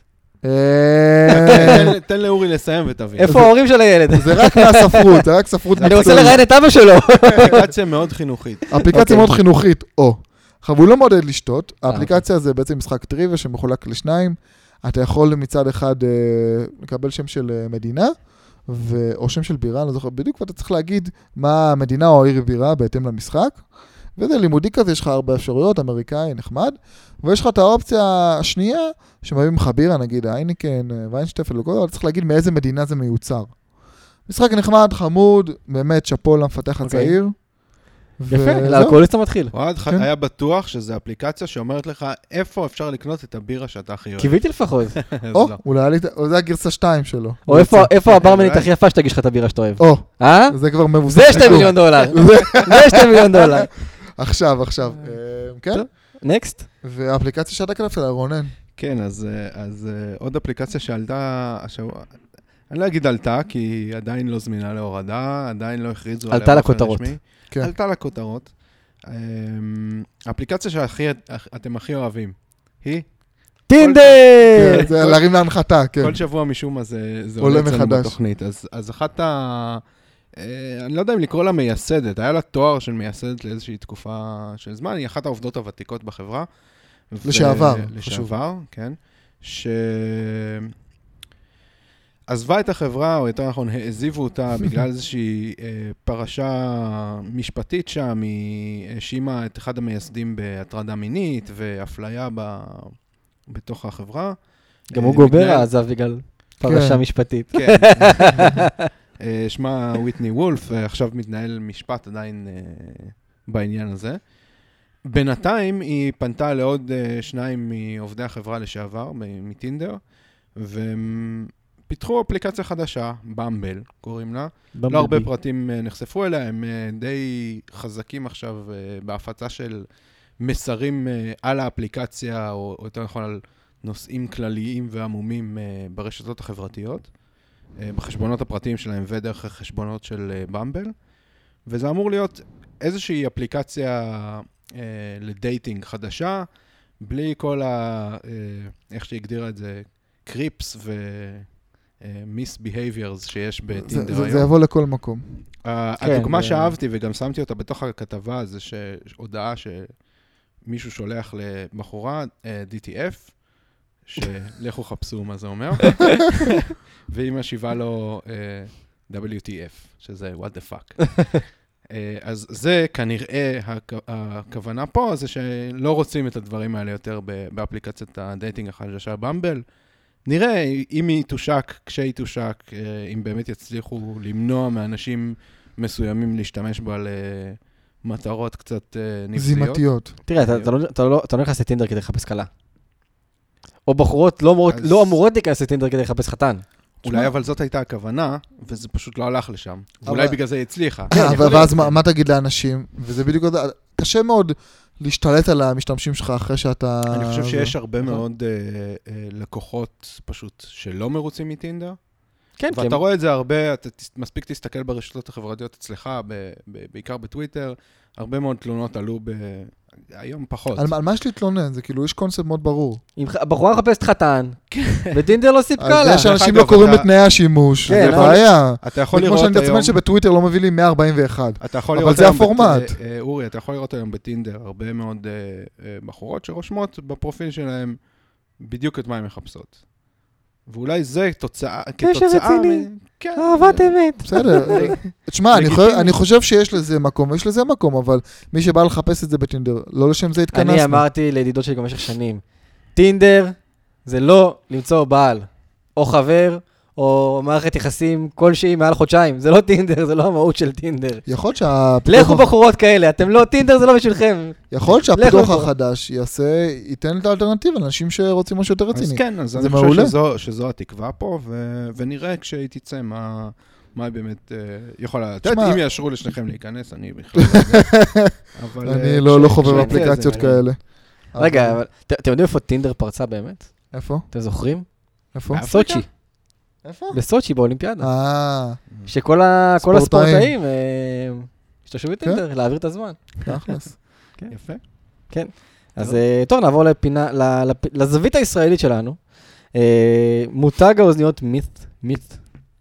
תן לאורי לסיים ותבין. איפה ההורים של הילד? זה רק מהספרות, זה רק ספרות מקצועית. אני רוצה לראיין את אבא שלו. אפליקציה מאוד חינוכית. אפליקציה מאוד חינוכית, עכשיו, הוא לא מעודד לשתות. האפליקציה זה בעצם משחק טריוויה שמחולק לשניים. אתה יכול מצד אחד לקבל שם של מדינה, או שם של בירה, אני זוכר בדיוק, ואתה צריך להגיד מה המדינה או העיר בירה בהתאם למשחק. וזה לימודי כזה, יש לך הרבה אפשרויות, אמריקאי, נחמד. ויש לך את האופציה השנייה, שמביאים לך בירה, נגיד אייניקן, ויינשטפל, אבל צריך להגיד מאיזה מדינה זה מיוצר. משחק נחמד, חמוד, באמת שפו למפתח הצעיר. יפה, לאלכוהוליסט המתחיל. אוהד היה בטוח שזו אפליקציה שאומרת לך איפה אפשר לקנות את הבירה שאתה הכי אוהב. קיוויתי לפחות. או זה הגרסה 2 שלו. או איפה הברמנית הכי יפה שתגיש לך את הבירה שאתה אוהב. זה כבר מבוסס. זה $2 מיליון. זה $2 מיליון. עכשיו. כן? נקסט. והאפליקציה שאתה כתבת לה, רונן. כן, אז עוד אפליקציה שעלתה, אני לא אגיד עלתה, כי היא עדיין לא זמינה להורדה, עדיין לא הכריזו עליה. עלתה לכותרות. עלתה לכותרות. האפליקציה שאתם הכי אוהבים היא? טינדר! זה להרים להנחתה, כן. כל שבוע משום מה זה עולה אצלנו בתוכנית. אז אחת אני לא יודע אם לקרוא לה מייסדת, היה לה תואר של מייסדת לאיזושהי תקופה של זמן, היא אחת העובדות הוותיקות בחברה. לשעבר, כן. עזבה את החברה, או יותר נכון, העזיבו אותה בגלל איזושהי פרשה משפטית שם, היא האשימה את אחד המייסדים בהטרדה מינית ואפליה בתוך החברה. גם הוא גובר עזב בגלל פרשה משפטית. כן. שמה וויטני וולף, עכשיו מתנהל משפט עדיין בעניין הזה. בינתיים היא פנתה לעוד 2 מעובדי החברה לשעבר, מטינדר, והם פיתחו אפליקציה חדשה, במבל, קוראים לה. לא הרבה פרטים נחשפו אליה, הם די חזקים עכשיו בהפצה של מסרים על האפליקציה, או יותר נכון על נושאים כלליים ועמומים ברשתות החברתיות, בחשבונות הפרטיים שלהם ודרך החשבונות של במבל, וזה אמור להיות איזושהי אפליקציה לדייטינג חדשה, בלי כל איך שהגדירה את זה, קריפס מיס-behaviors שיש בטינדר היום. זה יבוא לכל מקום. הדוגמה שאהבתי וגם שמתי אותה בתוך הכתבה, זה הודעה שמישהו שולח לבחורה DTF, שלכו חפשו מה זה אומר, והיא משיבה לו WTF, שזה what the fuck. אז זה כנראה הכוונה פה, זה שלא רוצים את הדברים האלה יותר באפליקציית הדייטינג החדשה במבל. נראה אם היא תושק, כשהיא תושק, אם באמת יצליחו למנוע מאנשים מסוימים להשתמש בה למטרות קצת נבזיות. זימתיות. תראה, אתה לא נכנס לטינדר כדי לחפש קלה. או בחורות לא אמורות להיכנס לטינדר כדי לחפש חתן. אולי אבל זאת הייתה הכוונה, וזה פשוט לא הלך לשם. ואולי בגלל זה היא הצליחה. ואז מה תגיד לאנשים? וזה בדיוק, קשה מאוד להשתלט על המשתמשים שלך אחרי שאתה... אני חושב שיש הרבה מאוד לקוחות פשוט שלא מרוצים מטינדר. כן. ואתה רואה את זה הרבה, אתה מספיק תסתכל ברשתות החברתיות אצלך, בעיקר בטוויטר, הרבה מאוד תלונות עלו היום פחות. על מה יש להתלונן? זה כאילו, יש קונספט מאוד ברור. אם הבחורה מחפשת חתן, וטינדר לא סיפקה לה. יש אנשים לא קוראים את תנאי השימוש, זה בעיה. אתה יכול זה לראות כמו שאני היום... עצמן שבטוויטר לא מביא לי 141. אבל זה הפורמט. אורי, אתה יכול לראות היום בטינדר הרבה מאוד בחורות שרושמות בפרופיל שלהם בדיוק את מה הן מחפשות. ואולי זה תוצאה... קשר רציני. אהבת אמת. בסדר. תשמע, אני חושב שיש לזה מקום, ויש לזה מקום, אבל מי שבא לחפש את זה בטינדר, לא לשם זה התכנסנו. אני אמרתי לידידות שלי במשך שנים, טינדר זה לא למצוא בעל, או חבר, או מערכת יחסים כלשהי מעל חודשיים. זה לא טינדר, זה לא המהות של טינדר. יכול לכו בחורות כאלה, אתם לא טינדר, זה לא בשבילכם. יכול שהפיתוח החדש ייתן את האלטרנטיבה לאנשים שרוצים משהו יותר רציני. אז כן, אז אני חושב שזו התקווה פה, ונראה כשהיא תצא מה היא באמת יכולה לתת. אם יאשרו לשניכם להיכנס, אני בכלל אני לא חובב אפליקציות כאלה. רגע, אבל אתם יודעים איפה טינדר פרצה באמת? איפה? אתם זוכרים? איפה? סוצ'י. איפה? בסוצ'י, באולימפיאדה. שכל הספורטאים השתמשו בטינדר, להעביר את הזמן. תכלס. יפה. כן. אז טוב, נעבור לזווית הישראלית שלנו. מותג האוזניות מית'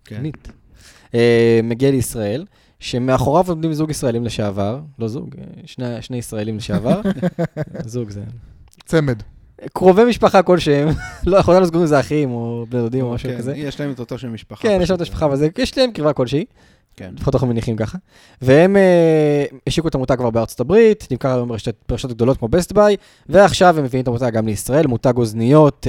מגיע לישראל, שמאחוריו עומדים זוג ישראלים לשעבר, לא זוג, שני ישראלים לשעבר. זוג זה... צמד. קרובי משפחה כלשהם, לא, אנחנו לא סגורים זה אחים או בני דודים או משהו כזה. יש להם את אותו של משפחה. כן, יש להם את המשפחה, אבל יש להם קרבה כלשהי. כן. לפחות אנחנו מניחים ככה. והם השיקו את המותג כבר בארצות הברית, נמכר היום ברשתות גדולות כמו בסט ביי, ועכשיו הם מביאים את המותג גם לישראל, מותג אוזניות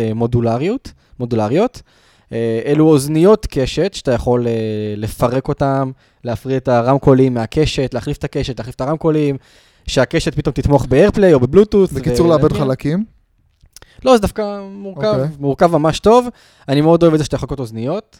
מודולריות. אלו אוזניות קשת, שאתה יכול לפרק אותם, להפריד את הרמקולים מהקשת, להחליף את הקשת, להחליף את הרמקולים, שהקשת פתאום תתמוך באיירפליי או בבלוטות'. בקיצור, לאבד חלקים? לא, זה דווקא מורכב ממש טוב. אני מאוד אוהב את זה שאתה יכול לקנות אוזניות,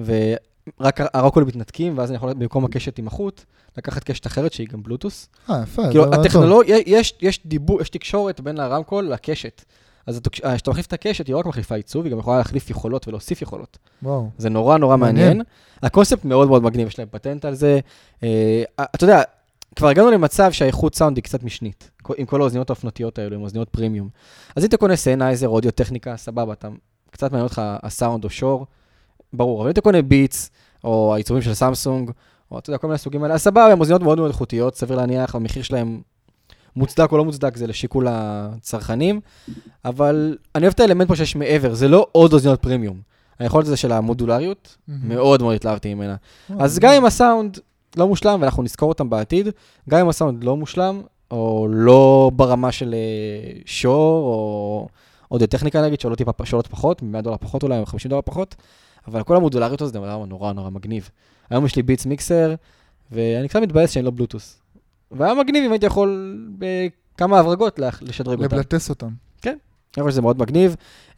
ורק הרמקולים מתנתקים, ואז אני יכול במקום הקשת עם החוט, לקחת קשת אחרת שהיא גם בלוטוס. יפה. כאילו, הטכנולוגיה, יש תקשורת בין הרמקול לקשת. אז כשאתה מחליף את הקשת, היא לא רק מחליפה עיצוב, היא גם יכולה להחליף יכולות ולהוסיף יכולות. וואו. זה נורא מעניין. הקונספט מאוד מאוד מגניב, יש להם פטנט על זה. אתה יודע, כבר הגענו למצב שהאיכות סאונד היא קצת משנית, עם כל האוזניות האופנותיות האלו, עם אוזניות פרימיום. אז אם אתה קונה סיינייזר, אודיו טכניקה, סבבה, אתה קצת מעניין אותך הסאונד או שור, ברור. אבל אם אתה קונה ביטס, או העיצובים של סמסונג, או אתה יודע, כל מיני סוגים האלה, סבבה, הם אוזניות מאוד מאוד איכותיות, סביר להניח, המחיר שלהם מוצדק או לא מוצדק, זה לשיקול הצרכנים, אבל אני אוהב את האלמנט פה שיש מעבר, זה לא עוד אוזניות פרימיום. היכולת הזה של המודולריות, מאוד מאוד התלהבתי ממנה. אז גם אם הסאונד לא מושלם, ואנחנו נזכור אותם בעתיד, גם אם הסאונד לא מושלם, או לא ברמה של שור, או עוד טכניקה נגיד, שעולות פחות, $100 פחות אולי, $50 פחות, אבל כל המודולריות הזה, זה נורא מגניב. היום יש לי ביטס מיקסר, ואני קצת מתבאס שאני לא בלוטוס. והיה מגניב אם הייתי יכול בכמה הברגות לשדרג אותם. לבלטס אותם. כן, אני חושב שזה מאוד מגניב.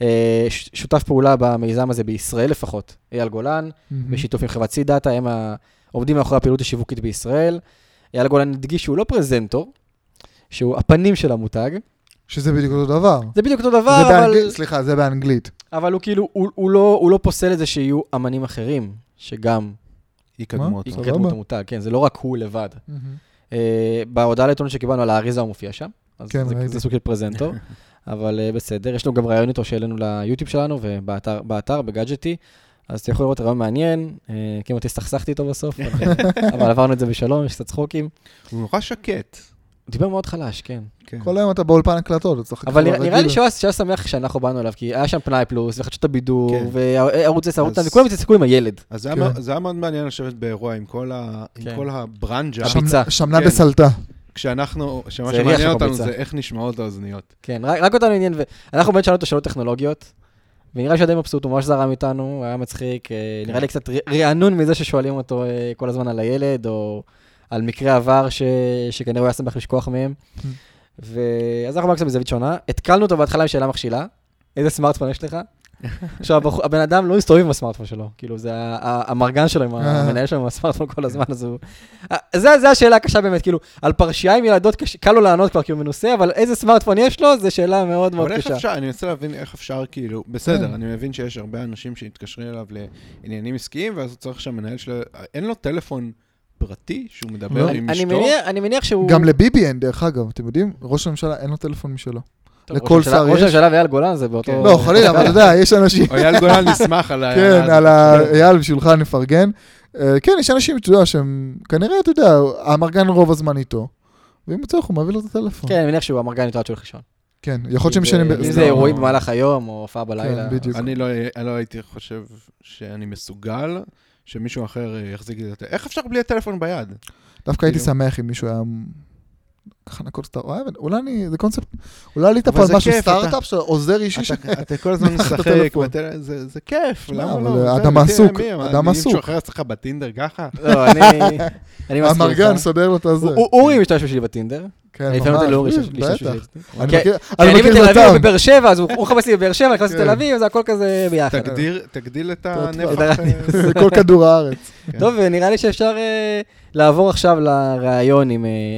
שותף פעולה במיזם הזה בישראל לפחות, אייל גולן, בשיתוף עם חברת C-Data, הם עובדים מאחורי הפעילות השיווקית בישראל. אייל גולן הדגיש שהוא לא פרזנטור, שהוא הפנים של המותג. שזה בדיוק אותו דבר. זה בדיוק אותו דבר, אבל... סליחה, זה באנגלית. אבל הוא כאילו, הוא לא פוסל את זה שיהיו אמנים אחרים, שגם יקדמו יקדמו את המותג, כן, זה לא רק הוא לבד. בהודעה לעיתונות שקיבלנו על האריזה הוא מופיע שם, אז זה סוג של פרזנטור, אבל בסדר, יש לנו גם רעיון איתו שהעלינו ליוטיוב שלנו, ובאתר, בגאדג'טי, אז אתה יכול לראות רעיון מעניין, כמעט הסתכסכתי איתו בסוף, אבל עברנו את זה בשלום, יש קצת צחוקים. הוא נורא שקט. הוא דיבר מאוד חלש, כן. כל היום אתה באולפן הקלטות. אבל נראה לי שהיה שמח כשאנחנו באנו אליו, כי היה שם פנאי פלוס, וחדשות הבידור, וערוץ 10, וכולם התעסקו עם הילד. אז זה היה מאוד מעניין לשבת באירוע עם כל הברנג'ה. שמנה בסלטה. כשאנחנו, שמה שמעניין אותנו זה איך נשמעות האוזניות. כן, רק אותנו עניין, ואנחנו באמת שאלנו אותו שאלות טכנולוגיות, ונראה שדי מבסוט, הוא ממש זרם איתנו, הוא היה מצחיק, נראה לי קצת רענון מזה ששואלים אותו כל הזמן על הילד, או על מקרה עבר שכנראה הוא היה שמח לשכוח מהם. ואז אנחנו קצת מזווית שונה, התקלנו אותו בהתחלה עם שאלה מכשילה, איזה סמארטפון יש לך? עכשיו, הבן אדם לא מסתובב עם הסמארטפון שלו, כאילו זה המרגן שלו, עם המנהל שלו עם הסמארטפון כל הזמן, אז הוא... זה השאלה הקשה באמת, כאילו, על פרשייה עם ילדות קל לו לענות כבר, כי הוא מנוסה, אבל איזה סמארטפון יש לו, זו שאלה מאוד מאוד קשה. אבל איך אפשר, אני רוצה להבין איך אפשר, כאילו, בסדר, אני מבין שיש הרבה אנשים שהתקשרים אליו לעניינים עסקיים, ואז הוא צריך שהמנהל שלו, אין לו טלפון פרטי שהוא מדבר עם אשתו. אני מניח שהוא... גם לביבי אין, דרך אגב, אתם יודעים, ראש הממשלה אין לו טלפון משלו. לכל שר יש. ראש הממשלה ואייל גולן זה באותו... לא, חלילה, אבל אתה יודע, יש אנשים... אייל גולן נשמח על כן, על אייל בשולחן נפרגן. כן, יש אנשים, אתה יודע, שהם כנראה, אתה יודע, המרגן רוב הזמן איתו. ואם הוא צריך, הוא מביא לו את הטלפון. כן, אני מניח שהוא המרגן איתו עד שהוא לישון. כן, יכול להיות שהם משנים... אם זה אירועים במהלך היום, או הופעה בלילה. כן, בדיוק. אני לא הייתי חושב שאני מסוגל שמישהו אחר יחזיק לי את הטלפון. איך אפשר בלי הטלפון ביד? דווקא הייתי שמח אם מישהו היה... ככה נקוד סטארט-אפ, אולי אני, זה קונספט, אולי עלית פה על משהו סטארט-אפ של עוזר אישי. אתה כל הזמן משחק, זה כיף, למה לא? אדם עסוק, אדם עסוק. מישהו אחר אצלך בטינדר ככה? לא, אני מסכים. המרגן סודר לו את הזה. אורי משתמש שלי בטינדר. כן, לפעמים אותי לאורי להשתמש שלי. אני מכיר בתל אביב בבאר שבע, אז הוא חפש לי בבאר שבע, נכנס לתל אביב, זה הכל כזה ביחד. תגדיל את הנפח. זה כל כדור הארץ. טוב, ונראה לי שאפשר לעבור עכשיו לראיון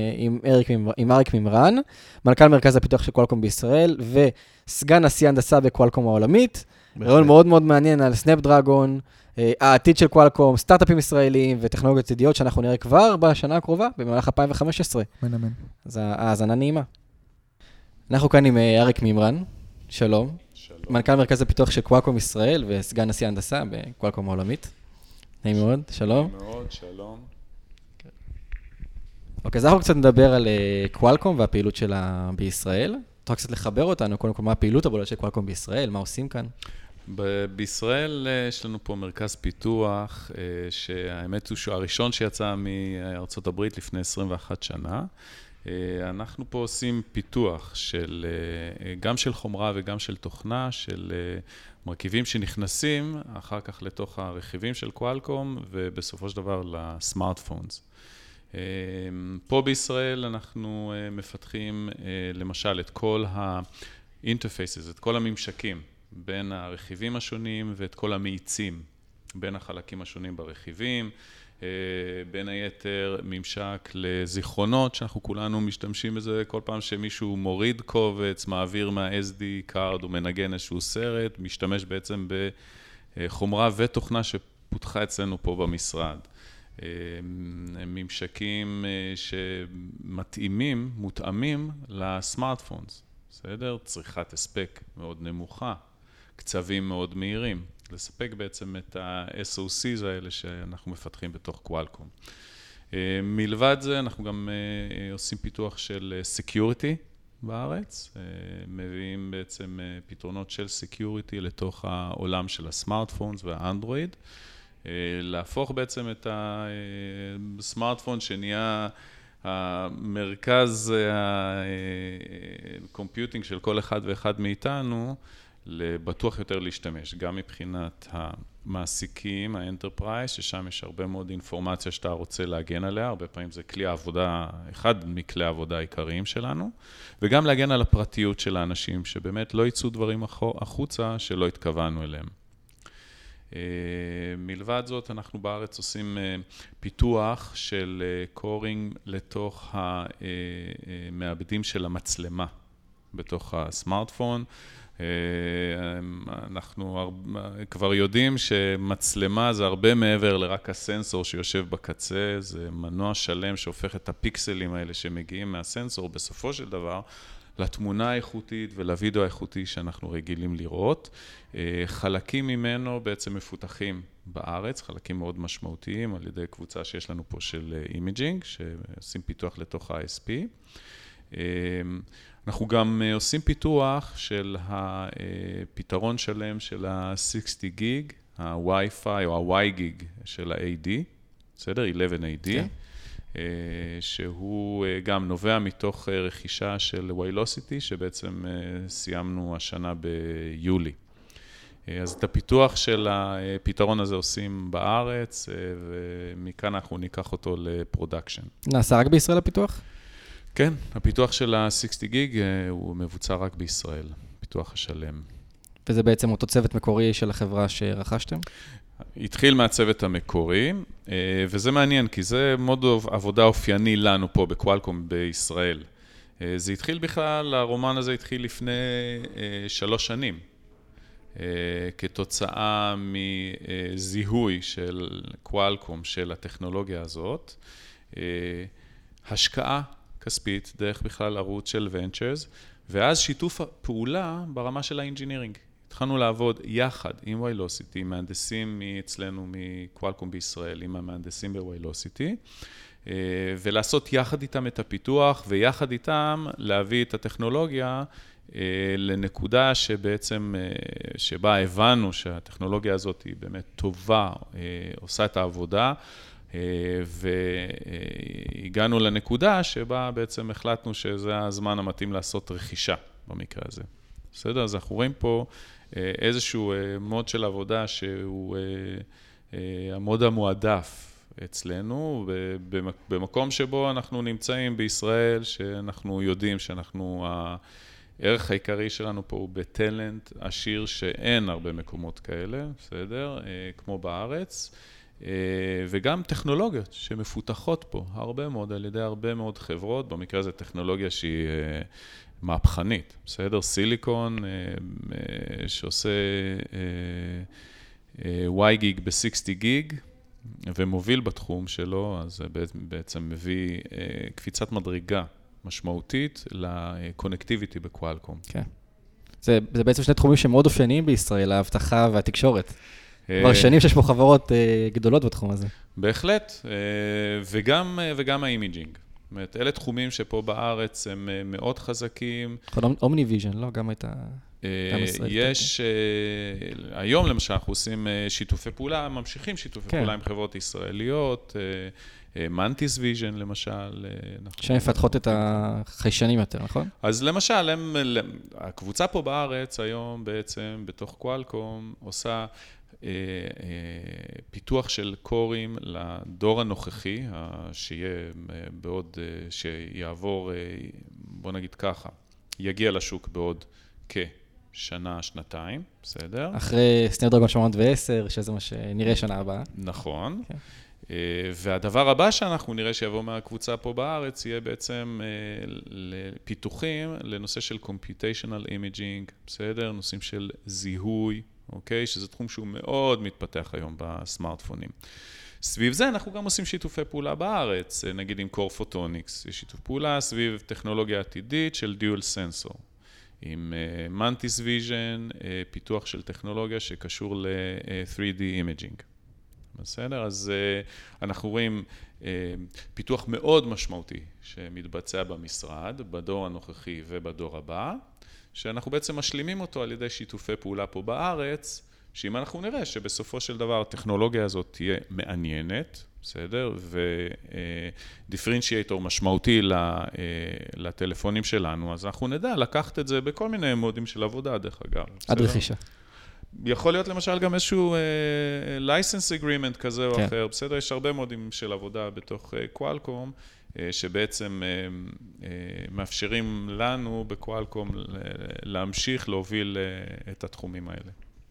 עם אריק מימרן, מנכ"ל מרכז הפיתוח של קואלקום בישראל, וסגן נשיא הנדסה בקואלקום העולמית. ראיון מאוד מאוד מעניין על סנאפדרגון, העתיד של קואלקום, סטארט-אפים ישראליים וטכנולוגיות עתידיות שאנחנו נראה כבר בשנה הקרובה, במהלך 2015. אמן. אז האזנה נעימה. אנחנו כאן עם אריק מימרן, שלום. מנכ"ל מרכז הפיתוח של קואלקום ישראל וסגן נשיא הנדסה בקואלקום העולמית. נעים מאוד, שלום. נעים מאוד, שלום. אוקיי, אז אנחנו קצת נדבר על קואלקום והפעילות שלה בישראל. אתה קצת לחבר אותנו, קודם כל, מה הפעילות הבולטת של קואלקום בישראל, מה עושים כאן? בישראל יש לנו פה מרכז פיתוח, שהאמת הוא שהראשון שיצא מארצות הברית לפני 21 שנה. אנחנו פה עושים פיתוח גם של חומרה וגם של תוכנה, של מרכיבים שנכנסים אחר כך לתוך הרכיבים של קואלקום, ובסופו של דבר לסמארטפונס. פה בישראל אנחנו מפתחים למשל את כל האינטרפייסס, את כל הממשקים בין הרכיבים השונים ואת כל המאיצים בין החלקים השונים ברכיבים, בין היתר ממשק לזיכרונות, שאנחנו כולנו משתמשים בזה כל פעם שמישהו מוריד קובץ, מעביר מה-SD card ומנגן איזשהו סרט, משתמש בעצם בחומרה ותוכנה שפותחה אצלנו פה במשרד. ממשקים שמתאימים, מותאמים לסמארטפונס, בסדר? צריכת הספק מאוד נמוכה, קצבים מאוד מהירים, לספק בעצם את ה-SOCs האלה שאנחנו מפתחים בתוך קואלקום. מלבד זה, אנחנו גם עושים פיתוח של Security בארץ, מביאים בעצם פתרונות של Security לתוך העולם של הסמארטפונס והאנדרואיד, להפוך בעצם את הסמארטפון שנהיה המרכז הקומפיוטינג של כל אחד ואחד מאיתנו, לבטוח יותר להשתמש, גם מבחינת המעסיקים, האנטרפרייז, ששם יש הרבה מאוד אינפורמציה שאתה רוצה להגן עליה, הרבה פעמים זה כלי העבודה, אחד מכלי העבודה העיקריים שלנו, וגם להגן על הפרטיות של האנשים, שבאמת לא יצאו דברים החוצה שלא התכוונו אליהם. מלבד זאת, אנחנו בארץ עושים פיתוח של קורינג לתוך המעבדים של המצלמה. בתוך הסמארטפון. אנחנו כבר יודעים שמצלמה זה הרבה מעבר לרק הסנסור שיושב בקצה, זה מנוע שלם שהופך את הפיקסלים האלה שמגיעים מהסנסור בסופו של דבר לתמונה האיכותית ולוידאו האיכותי שאנחנו רגילים לראות. חלקים ממנו בעצם מפותחים בארץ, חלקים מאוד משמעותיים על ידי קבוצה שיש לנו פה של אימג'ינג, שעושים פיתוח לתוך ה-ISP. אנחנו גם עושים פיתוח של הפתרון שלם של ה-60 גיג, ה-Wi-Fi או ה-Y-גיג של ה-AD, בסדר? 11AD, שהוא גם נובע מתוך רכישה של Waylocity, שבעצם סיימנו השנה ביולי. אז את הפיתוח של הפתרון הזה עושים בארץ, ומכאן אנחנו ניקח אותו לפרודקשן. נעשה רק בישראל הפיתוח? כן, הפיתוח של ה-60 גיג הוא מבוצע רק בישראל, פיתוח השלם. וזה בעצם אותו צוות מקורי של החברה שרכשתם? התחיל מהצוות המקורי, וזה מעניין, כי זה מוד עבודה אופייני לנו פה בקואלקום בישראל. זה התחיל בכלל, הרומן הזה התחיל לפני 3 שנים, כתוצאה מזיהוי של קואלקום, של הטכנולוגיה הזאת, השקעה כספית, דרך בכלל ערוץ של ונצ'רס, ואז שיתוף הפעולה ברמה של האינג'ינירינג. התחלנו לעבוד יחד עם Waylocity, מהנדסים אצלנו מקואלקום בישראל, עם המהנדסים בוויילוסיטי, ולעשות יחד איתם את הפיתוח, ויחד איתם להביא את הטכנולוגיה לנקודה שבעצם, שבה הבנו שהטכנולוגיה הזאת היא באמת טובה, עושה את העבודה, והגענו לנקודה שבה בעצם החלטנו שזה הזמן המתאים לעשות רכישה במקרה הזה. בסדר? אז אנחנו רואים פה איזשהו מוד של עבודה שהוא המוד המועדף אצלנו, במקום שבו אנחנו נמצאים בישראל, שאנחנו יודעים שאנחנו, הערך העיקרי שלנו פה הוא בטלנט עשיר שאין הרבה מקומות כאלה, בסדר? כמו בארץ. וגם טכנולוגיות שמפותחות פה הרבה מאוד על ידי הרבה מאוד חברות, במקרה הזה טכנולוגיה שהיא מהפכנית, בסדר? סיליקון שעושה Y-גיג ב-60 גיג ומוביל בתחום שלו, אז זה בעצם מביא קפיצת מדרגה משמעותית לקונקטיביטי בקואלקום. כן. זה בעצם שני תחומים שמאוד אופייניים בישראל, האבטחה והתקשורת. כבר שנים שיש פה חברות גדולות בתחום הזה. בהחלט, וגם האימיג'ינג. זאת אומרת, אלה תחומים שפה בארץ הם מאוד חזקים. אומני ויז'ן, לא? גם הייתה... יש, היום למשל אנחנו עושים שיתופי פעולה, ממשיכים שיתופי פעולה עם חברות ישראליות, מנטיס ויז'ן למשל. שהן מפתחות את החיישנים יותר, נכון? אז למשל, הקבוצה פה בארץ היום בעצם בתוך קואלקום עושה פיתוח של קורים לדור הנוכחי, שיהיה בעוד, שיעבור, בוא נגיד ככה, יגיע לשוק בעוד כשנה, שנתיים, בסדר? אחרי סנאפדרגון 810, שזה מה שנראה שנה הבאה. נכון. והדבר הבא שאנחנו נראה שיבוא מהקבוצה פה בארץ, יהיה בעצם פיתוחים לנושא של computational imaging, בסדר? נושאים של זיהוי, אוקיי? שזה תחום שהוא מאוד מתפתח היום בסמארטפונים. סביב זה אנחנו גם עושים שיתופי פעולה בארץ, נגיד עם Core Photonics, יש שיתוף פעולה סביב טכנולוגיה עתידית של Dual Sensor, עם Mantis Vision, פיתוח של טכנולוגיה שקשור ל-3D Imaging. בסדר? אז אנחנו רואים פיתוח מאוד משמעותי שמתבצע במשרד, בדור הנוכחי ובדור הבא, שאנחנו בעצם משלימים אותו על ידי שיתופי פעולה פה בארץ, שאם אנחנו נראה שבסופו של דבר הטכנולוגיה הזאת תהיה מעניינת, בסדר? ודיפרנציאטור משמעותי לטלפונים שלנו, אז אנחנו נדע לקחת את זה בכל מיני מודים של עבודה, דרך אגב. עד רכישה. יכול להיות למשל גם איזשהו license agreement כזה או אחר, בסדר? יש הרבה מודים של עבודה בתוך קואלקום, שבעצם מאפשרים לנו בקואלקום להמשיך להוביל את התחומים האלה.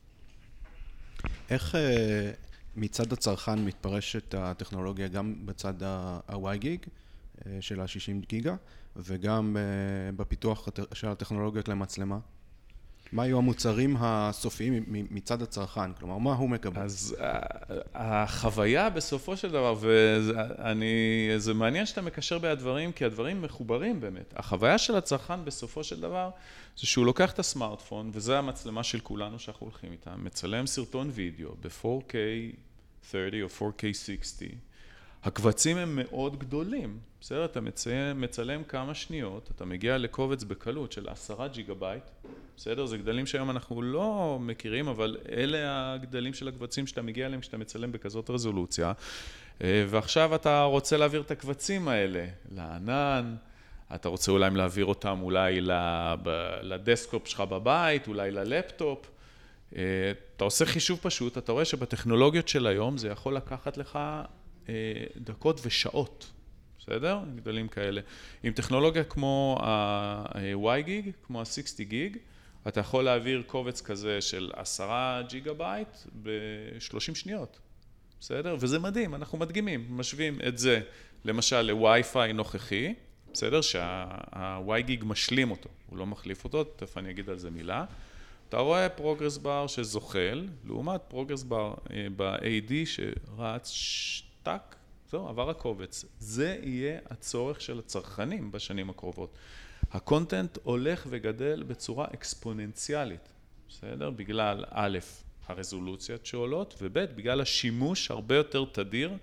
איך מצד הצרכן מתפרשת הטכנולוגיה גם בצד ה-Y-גיג? של ה-60 גיגה, וגם בפיתוח של הטכנולוגיות למצלמה. מה היו המוצרים הסופיים מצד הצרכן? כלומר, מה הוא מקבל? אז החוויה בסופו של דבר, זה מעניין שאתה מקשר בין הדברים, כי הדברים מחוברים באמת. החוויה של הצרכן בסופו של דבר, זה שהוא לוקח את הסמארטפון, וזה המצלמה של כולנו שאנחנו הולכים איתה, מצלם סרטון וידאו ב-4K 30 או 4K 60. הקבצים הם מאוד גדולים. בסדר, אתה מצלם כמה שניות, אתה מגיע לקובץ בקלות של 10 ג'יגה-בייט. בסדר, זה גדלים שהיום אנחנו לא מכירים, אבל אלה הגדלים של הקבצים שאתה מגיע אליהם כשאתה מצלם בכזאת רזולוציה. ועכשיו אתה רוצה להעביר את הקבצים האלה לענן, אתה רוצה אולי להעביר אותם אולי לדסקטופ שלך בבית, אולי ללפטופ. אתה עושה חישוב פשוט, אתה רואה שבטכנולוגיות של היום זה יכול לקחת לך דקות ושעות. בסדר? גדלים כאלה. עם טכנולוגיה כמו ה-Y גיג, כמו ה-60 גיג, אתה יכול להעביר קובץ כזה של 10 ג'יגה-בייט ב-30 שניות. בסדר? וזה מדהים, אנחנו מדגימים, משווים את זה, למשל, לווי-פיי נוכחי, בסדר? שה-Y גיג משלים אותו, הוא לא מחליף אותו, תכף אני אגיד על זה מילה. אתה רואה פרוגרס בר שזוחל, לעומת פרוגרס בר ב-AD שרץ שטק, זהו, עבר הקובץ. זה יהיה הצורך של הצרכנים בשנים הקרובות. הקונטנט הולך וגדל בצורה אקספוננציאלית, בסדר? בגלל א', הרזולוציות שעולות, וב', בגלל השימוש הרבה יותר תדיר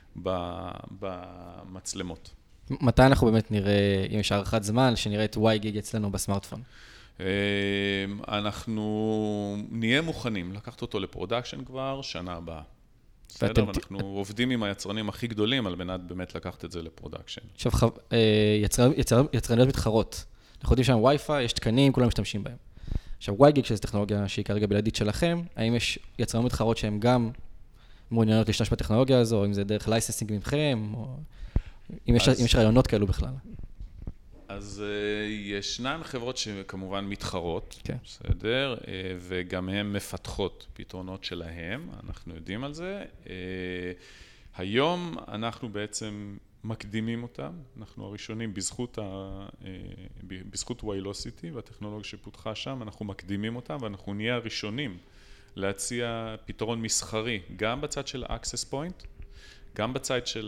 במצלמות. מתי אנחנו באמת נראה, אם יש הערכת זמן, שנראה את Y גיג אצלנו בסמארטפון? אנחנו נהיה מוכנים לקחת אותו לפרודקשן כבר שנה הבאה. בסדר, ואנחנו עובדים עם היצרנים הכי גדולים על מנת באמת לקחת את זה לפרודקשן. עכשיו, יצרניות מתחרות. אנחנו יודעים שם וי-פיי, יש תקנים, כולם משתמשים בהם. עכשיו, Y גיג, שזו טכנולוגיה שהיא כרגע בלעדית שלכם, האם יש יצרניות מתחרות שהן גם מעוניינות להשתמש בטכנולוגיה הזו, או אם זה דרך לייסנסינג ממכם, או אם יש רעיונות כאלו בכלל? אז ישנן חברות שכמובן מתחרות, כן. בסדר, וגם הן מפתחות פתרונות שלהם, אנחנו יודעים על זה. היום אנחנו בעצם מקדימים אותם, אנחנו הראשונים בזכות Wylocity והטכנולוגיה שפותחה שם, אנחנו מקדימים אותם ואנחנו נהיה הראשונים להציע פתרון מסחרי, גם בצד של ה-Access Point, גם בצד של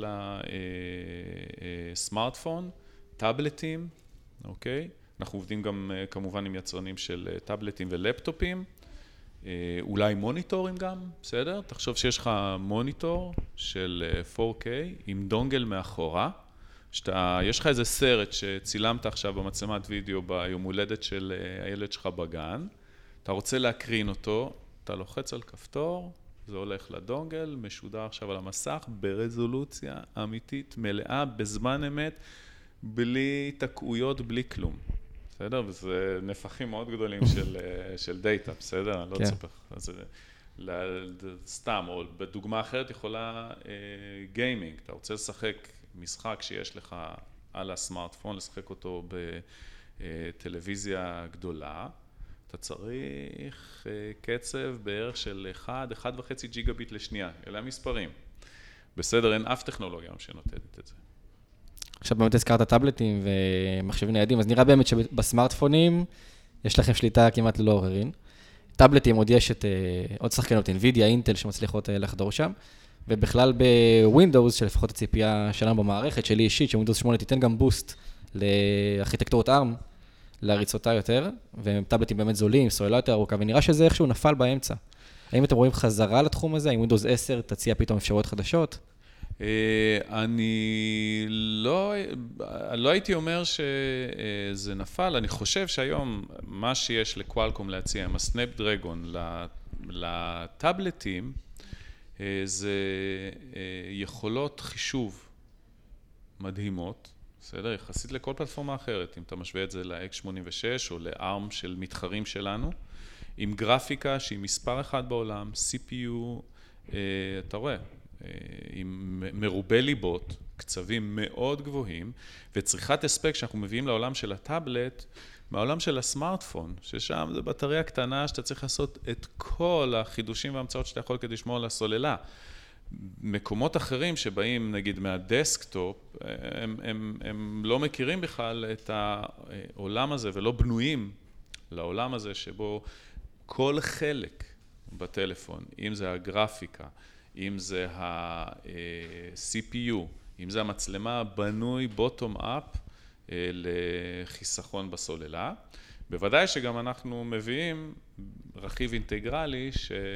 הסמארטפון, טאבלטים, אוקיי? אנחנו עובדים גם כמובן עם יצרנים של טאבלטים ולפטופים, אולי מוניטורים גם, בסדר? תחשוב שיש לך מוניטור של 4K עם דונגל מאחורה, יש לך איזה סרט שצילמת עכשיו במצלמת וידאו ביום הולדת של הילד שלך בגן, אתה רוצה להקרין אותו, אתה לוחץ על כפתור, זה הולך לדונגל, משודר עכשיו על המסך ברזולוציה אמיתית מלאה, בזמן אמת, בלי תקעויות, בלי כלום. בסדר? וזה נפחים מאוד גדולים של דאטה, בסדר? אני לא אצפך. אז סתם, או בדוגמה אחרת יכולה גיימינג. אתה רוצה לשחק משחק שיש לך על הסמארטפון, לשחק אותו בטלוויזיה גדולה, אתה צריך קצב בערך של 1.5 ג'יגה-ביט לשנייה. אלה המספרים. בסדר, אין אף טכנולוגיה שנותנת את זה. עכשיו באמת הזכרת טאבלטים ומחשבים ניידים, אז נראה באמת שבסמארטפונים יש לכם שליטה כמעט ללא עוררין. טאבלטים עוד יש את עוד שחקנות, NVIDIA, אינטל שמצליחות לחדור שם, ובכלל בווינדוס, שלפחות הציפייה שלנו במערכת, שלי אישית, שווינדוס 8 תיתן גם בוסט לארכיטקטורת ARM, להריצותה יותר, וטאבלטים באמת זולים, סוללה יותר ארוכה, ונראה שזה איכשהו נפל באמצע. האם אתם רואים חזרה לתחום הזה? האם ווינדוס 10 תציע פתאום אפשרויות חדשות? אני לא הייתי אומר שזה נפל, אני חושב שהיום מה שיש לקוואלקום להציע עם הסנאפדרגון לטאבלטים זה יכולות חישוב מדהימות, בסדר? יחסית לכל פלטפורמה אחרת, אם אתה משווה את זה ל-X86 או ל-ARM של מתחרים שלנו, עם גרפיקה שהיא מספר אחד בעולם, CPU, אתה רואה, עם מרובי ליבות, קצבים מאוד גבוהים, וצריכת הספק שאנחנו מביאים לעולם של הטאבלט, מהעולם של הסמארטפון, ששם זה בטריה קטנה שאתה צריך לעשות את כל החידושים והמצאות שאתה יכול כדי לשמור על הסוללה. מקומות אחרים שבאים, נגיד, מהדסקטופ, הם לא מכירים בכלל את העולם הזה ולא בנויים לעולם הזה שבו כל חלק בטלפון, אם זה הגרפיקה, אם זה ה-CPU, אם זה המצלמה, בנוי בוטום-אפ לחיסכון בסוללה. בוודאי שגם אנחנו מביאים רכיב אינטגרלי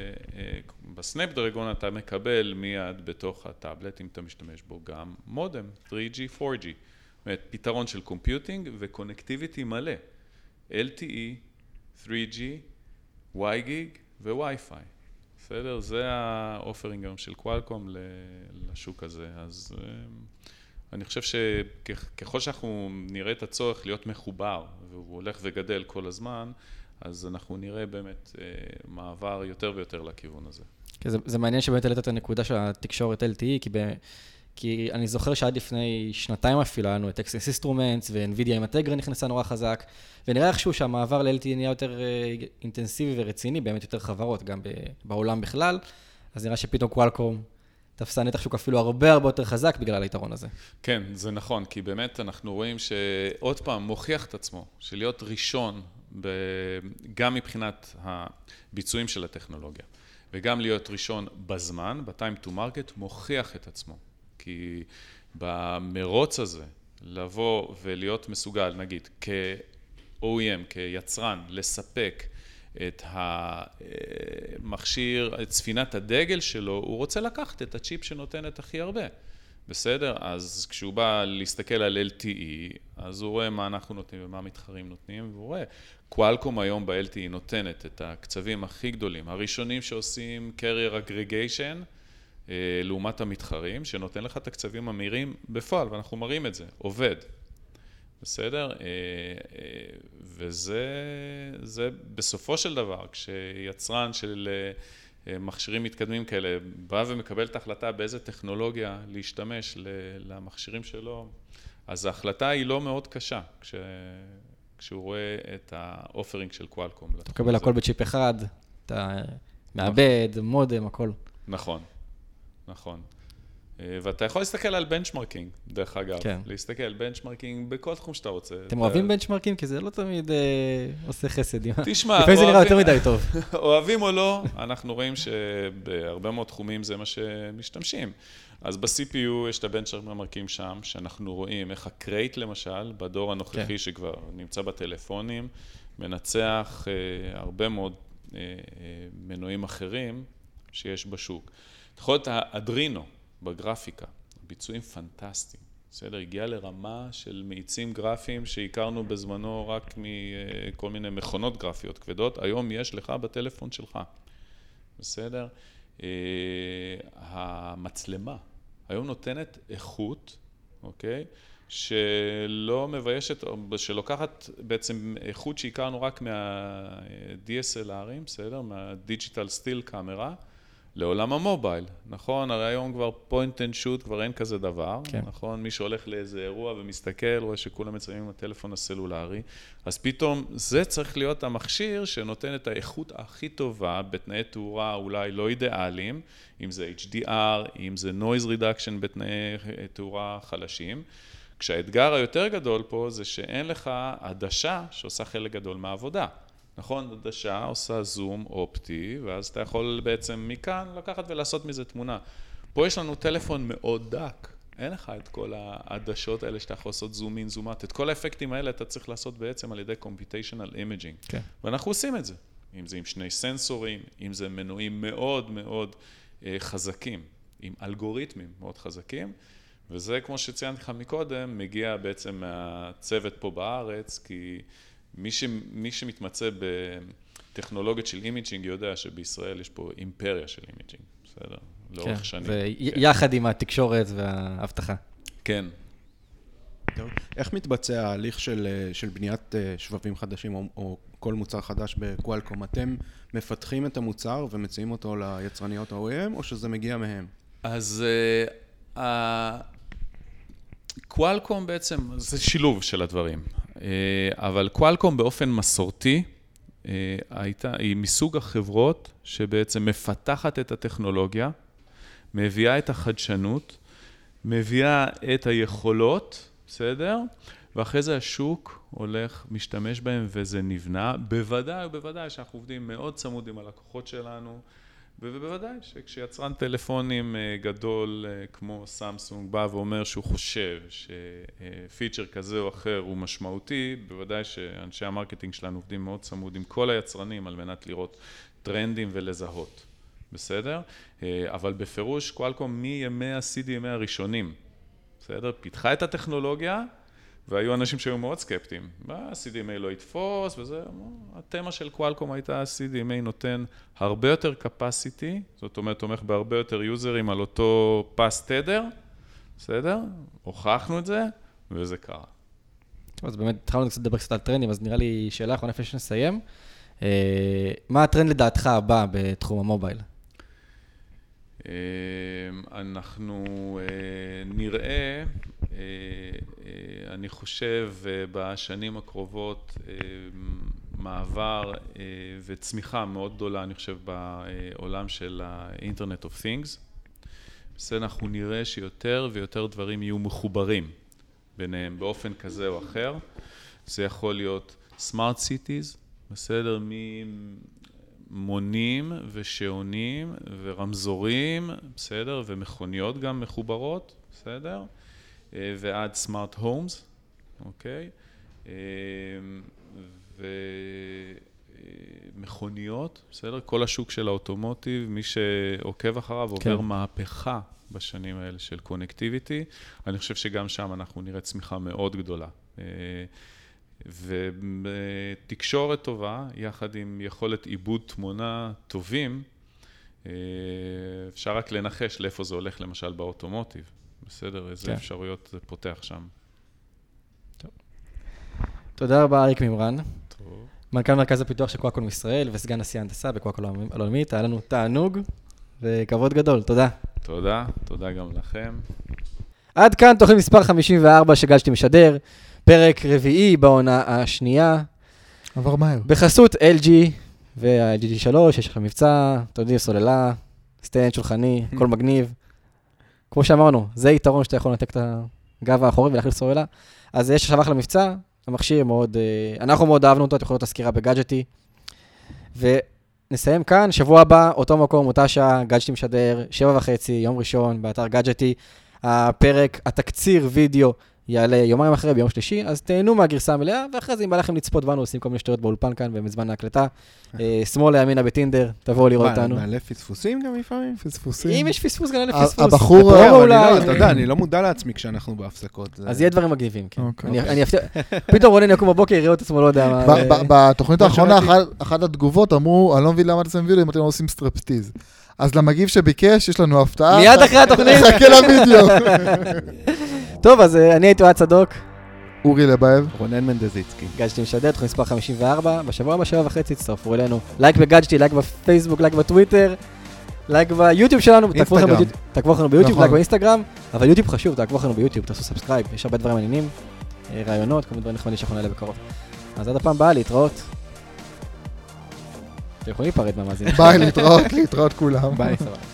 שבסנאפדרגון אתה מקבל מיד בתוך הטאבלט, אם אתה משתמש בו, גם מודם, 3G, 4G. זאת אומרת, פתרון של קומפיוטינג וקונקטיביטי מלא. LTE, 3G, WiGig ו-Wi-Fi. בסדר? זה האופרינג היום של קוואלקום לשוק הזה. אז אני חושב שככל שאנחנו נראה את הצורך להיות מחובר, והוא הולך וגדל כל הזמן, אז אנחנו נראה באמת מעבר יותר ויותר לכיוון הזה. זה מעניין שבאמת העלית את הנקודה של התקשורת LTE, כי אני זוכר שעד לפני שנתיים אפילו, היה לנו את Texas Instruments ו-NVIDIA עם הטגרה נכנסה נורא חזק, ונראה איכשהו שהמעבר ל-LTE נהיה יותר אינטנסיבי ורציני, באמת יותר חברות, גם בעולם בכלל, אז נראה שפתאום קוואלקום תפסה נתח שוק אפילו הרבה יותר חזק בגלל היתרון הזה. כן, זה נכון, כי באמת אנחנו רואים שעוד פעם מוכיח את עצמו, שלהיות ראשון, גם מבחינת הביצועים של הטכנולוגיה, וגם להיות ראשון בזמן, ב-time to market, מוכיח את עצמו. כי במרוץ הזה, לבוא ולהיות מסוגל, נגיד, כ-OEM, כיצרן, לספק את המכשיר, את ספינת הדגל שלו, הוא רוצה לקחת את הצ'יפ שנותן את הכי הרבה. בסדר? אז כשהוא בא להסתכל על LTE, אז הוא רואה מה אנחנו נותנים ומה המתחרים נותנים, והוא רואה, קוואלקום היום ב-LTE נותנת את הקצבים הכי גדולים, הראשונים שעושים carrier aggregation, לעומת המתחרים, שנותן לך את הקצבים המהירים בפועל, ואנחנו מראים את זה, עובד. בסדר? וזה בסופו של דבר, כשיצרן של מכשירים מתקדמים כאלה, בא ומקבל את ההחלטה באיזה טכנולוגיה להשתמש למכשירים שלו, אז ההחלטה היא לא מאוד קשה, כשהוא רואה את האופרינג של קוואלקום. אתה מקבל הכל בצ'יפ אחד, אתה מעבד, מודם, הכל. נכון. נכון. ואתה יכול להסתכל על בנצ'מרקינג, דרך אגב. כן. להסתכל על בנצ'מרקינג בכל תחום שאתה רוצה. אתם אוהבים בנצ'מרקינג? כי זה לא תמיד עושה חסד. תשמע, לפעמים זה נראה יותר מדי טוב. אוהבים או לא, אנחנו רואים שבהרבה מאוד תחומים זה מה שמשתמשים. אז ב-CPU יש את הבנצ'מרקים שם, שאנחנו רואים איך הקרייט למשל, בדור הנוכחי שכבר נמצא בטלפונים, מנצח הרבה מאוד מנועים אחרים שיש בשוק. יכול להיות האדרינו בגרפיקה, ביצועים פנטסטיים, בסדר? הגיע לרמה של מאיצים גרפיים שהכרנו בזמנו רק מכל מיני מכונות גרפיות כבדות, היום יש לך בטלפון שלך, בסדר? המצלמה היום נותנת איכות, אוקיי? שלא מביישת, שלוקחת בעצם איכות שהכרנו רק מה-DSLRים, בסדר? מה-Digital Still Camera, לעולם המובייל, נכון? הרי היום כבר point and shoot, כבר אין כזה דבר, כן. נכון? מי שהולך לאיזה אירוע ומסתכל, רואה שכולם מצלמים עם הטלפון הסלולרי, אז פתאום זה צריך להיות המכשיר שנותן את האיכות הכי טובה, בתנאי תאורה אולי לא אידיאליים, אם זה HDR, אם זה noise reduction בתנאי תאורה חלשים, כשהאתגר היותר גדול פה זה שאין לך עדשה שעושה חלק גדול מהעבודה. נכון, עדשה עושה זום אופטי, ואז אתה יכול בעצם מכאן לקחת ולעשות מזה תמונה. פה יש לנו טלפון מאוד דק, אין לך את כל העדשות האלה שאתה יכול לעשות זום אין, זום אאוט. את כל האפקטים האלה אתה צריך לעשות בעצם על ידי computational imaging. כן. ואנחנו עושים את זה. אם זה עם שני סנסורים, אם זה מנועים מאוד מאוד חזקים, עם אלגוריתמים מאוד חזקים, וזה כמו שציינתי לך מקודם, מגיע בעצם מהצוות פה בארץ, כי מי שמתמצא בטכנולוגיות של אימג'ינג יודע שבישראל יש פה אימפריה של אימג'ינג, בסדר? לאורך שנים. ויחד עם התקשורת וההבטחה. כן. איך מתבצע ההליך של בניית שבבים חדשים או כל מוצר חדש בקוואלקום? אתם מפתחים את המוצר ומציעים אותו ליצרניות ה-OEM או שזה מגיע מהם? אז קוואלקום בעצם זה שילוב של הדברים. אבל קוואלקום באופן מסורתי היא מסוג החברות שבעצם מפתחת את הטכנולוגיה, מביאה את החדשנות, מביאה את היכולות, בסדר? ואחרי זה השוק הולך, משתמש בהם וזה נבנה. בוודאי שאנחנו עובדים מאוד צמוד עם הלקוחות שלנו, ובוודאי שכשיצרן טלפונים גדול כמו סמסונג בא ואומר שהוא חושב שפיצ'ר כזה או אחר הוא משמעותי, בוודאי שאנשי המרקטינג שלנו עובדים מאוד צמוד עם כל היצרנים על מנת לראות טרנדים ולזהות. בסדר? אבל בפירוש קואלקום מימי ה-CDMA הראשונים, בסדר? פיתחה את הטכנולוגיה, והיו אנשים שהיו מאוד סקפטיים. ה-CDMA לא יתפוס, וזה, התמה של קואלקום הייתה, ה-CDMA נותן הרבה יותר capacity, זאת אומרת, תומך בהרבה יותר יוזרים על אותו פס תדר, בסדר? הוכחנו את זה, וזה קרה. אז באמת התחלנו לדבר קצת על טרנדים, אז נראה לי שאלה אחרונה לפני שנסיים. מה הטרנד לדעתך הבא בתחום המובייל? אנחנו נראה, אני חושב, בשנים הקרובות מעבר וצמיחה מאוד גדולה, אני חושב, בעולם של ה-Internet of Things. בסדר, אנחנו נראה שיותר ויותר דברים יהיו מחוברים ביניהם באופן כזה או אחר. זה יכול להיות Smart Cities, בסדר, מונים ושעונים ורמזורים, בסדר, ומכוניות גם מחוברות, בסדר, ועד סמארט הומס, אוקיי, ומכוניות, בסדר, כל השוק של האוטומוטיב, מי שעוקב אחריו עובר מהפכה בשנים האלה של קונקטיביטי, אני חושב שגם שם אנחנו נראה צמיחה מאוד גדולה. ותקשורת טובה, יחד עם יכולת עיבוד תמונה טובים, אפשר רק לנחש לאיפה זה הולך, למשל באוטומוטיב. בסדר, איזה אפשרויות זה פותח שם. טוב. תודה רבה, אריק מימרן. טוב. מנכ"ל מרכז הפיתוח של קואקום ישראל וסגן נשיא ההנדסה בקואקום הלאומית. היה לנו תענוג וכבוד גדול. תודה. תודה גם לכם. עד כאן תוכנית מספר 54 שגלשתי משדר. פרק רביעי בעונה השנייה. עבר מהר. בחסות LG וה-LG 3, יש לכם מבצע, אתה יודע, סוללה, סטנד שולחני, הכל מגניב. כמו שאמרנו, זה יתרון שאתה יכול לנתק את הגב האחורי ולהחליף סוללה. אז יש עכשיו אחלה מבצע, המכשיר מאוד, אנחנו מאוד אהבנו אותו, אתם יכולים להיות הסקירה בגאדג'טי. ונסיים כאן, שבוע הבא, אותו מקום, אותה שעה, גאדג'טי משדר, 7:30, יום ראשון, באתר גאדג'טי. הפרק, התקציר וידאו, יעלה יומיים אחרי, ביום שלישי, אז תהנו מהגרסה המלאה, ואחרי זה אם בא לכם לצפות בנו, עושים כל מיני שטויות באולפן כאן, בזמן ההקלטה. שמאל לימינה בטינדר, תבואו לראות אותנו. מעלה פספוסים גם לפעמים? פספוסים. אם יש פספוס, גם נעלה פספוס. הבחור... אתה יודע, אני לא מודע לעצמי כשאנחנו בהפסקות. אז יהיה דברים מגניבים, כן. אני אפתיע... פתאום רונן יקום בבוקר, יראה את עצמו, לא יודע מה... בתוכנית האחרונה, אחת התגובות אמרו, אני לא מבין למה אתם וידאו אם אתם לא עושים סטרפטיז. אז למגיב שביקש, יש לנו הפתעה. מיד אחרי התוכנית. חכה לוידאו. טוב, אז אני הייתי אוהד צדוק. אורי לבייב. רונן מנדזיצקי. גאדג'טי משדר, תוכנית מספר 54. בשבוע הבא 7:30 הצטרפו אלינו. לייק בגאדג'טי, לייק בפייסבוק, לייק בטוויטר, לייק ביוטיוב שלנו. תעקבו אחרינו ביוטיוב, לייק באינסטגרם. אבל יוטיוב חשוב, תעקבו אחרינו ביוטיוב, תעשו סאבסקרייב. יש הרבה דברים מעניינים, רעיונות, כל מיני דברים נחמדים שאנחנו נעלה בקרוב. אז עד הפעם הבאה, להתראות. אתם יכולים להיפרד מהמאזינים. ביי, להתראות כולם. ביי, סבבה.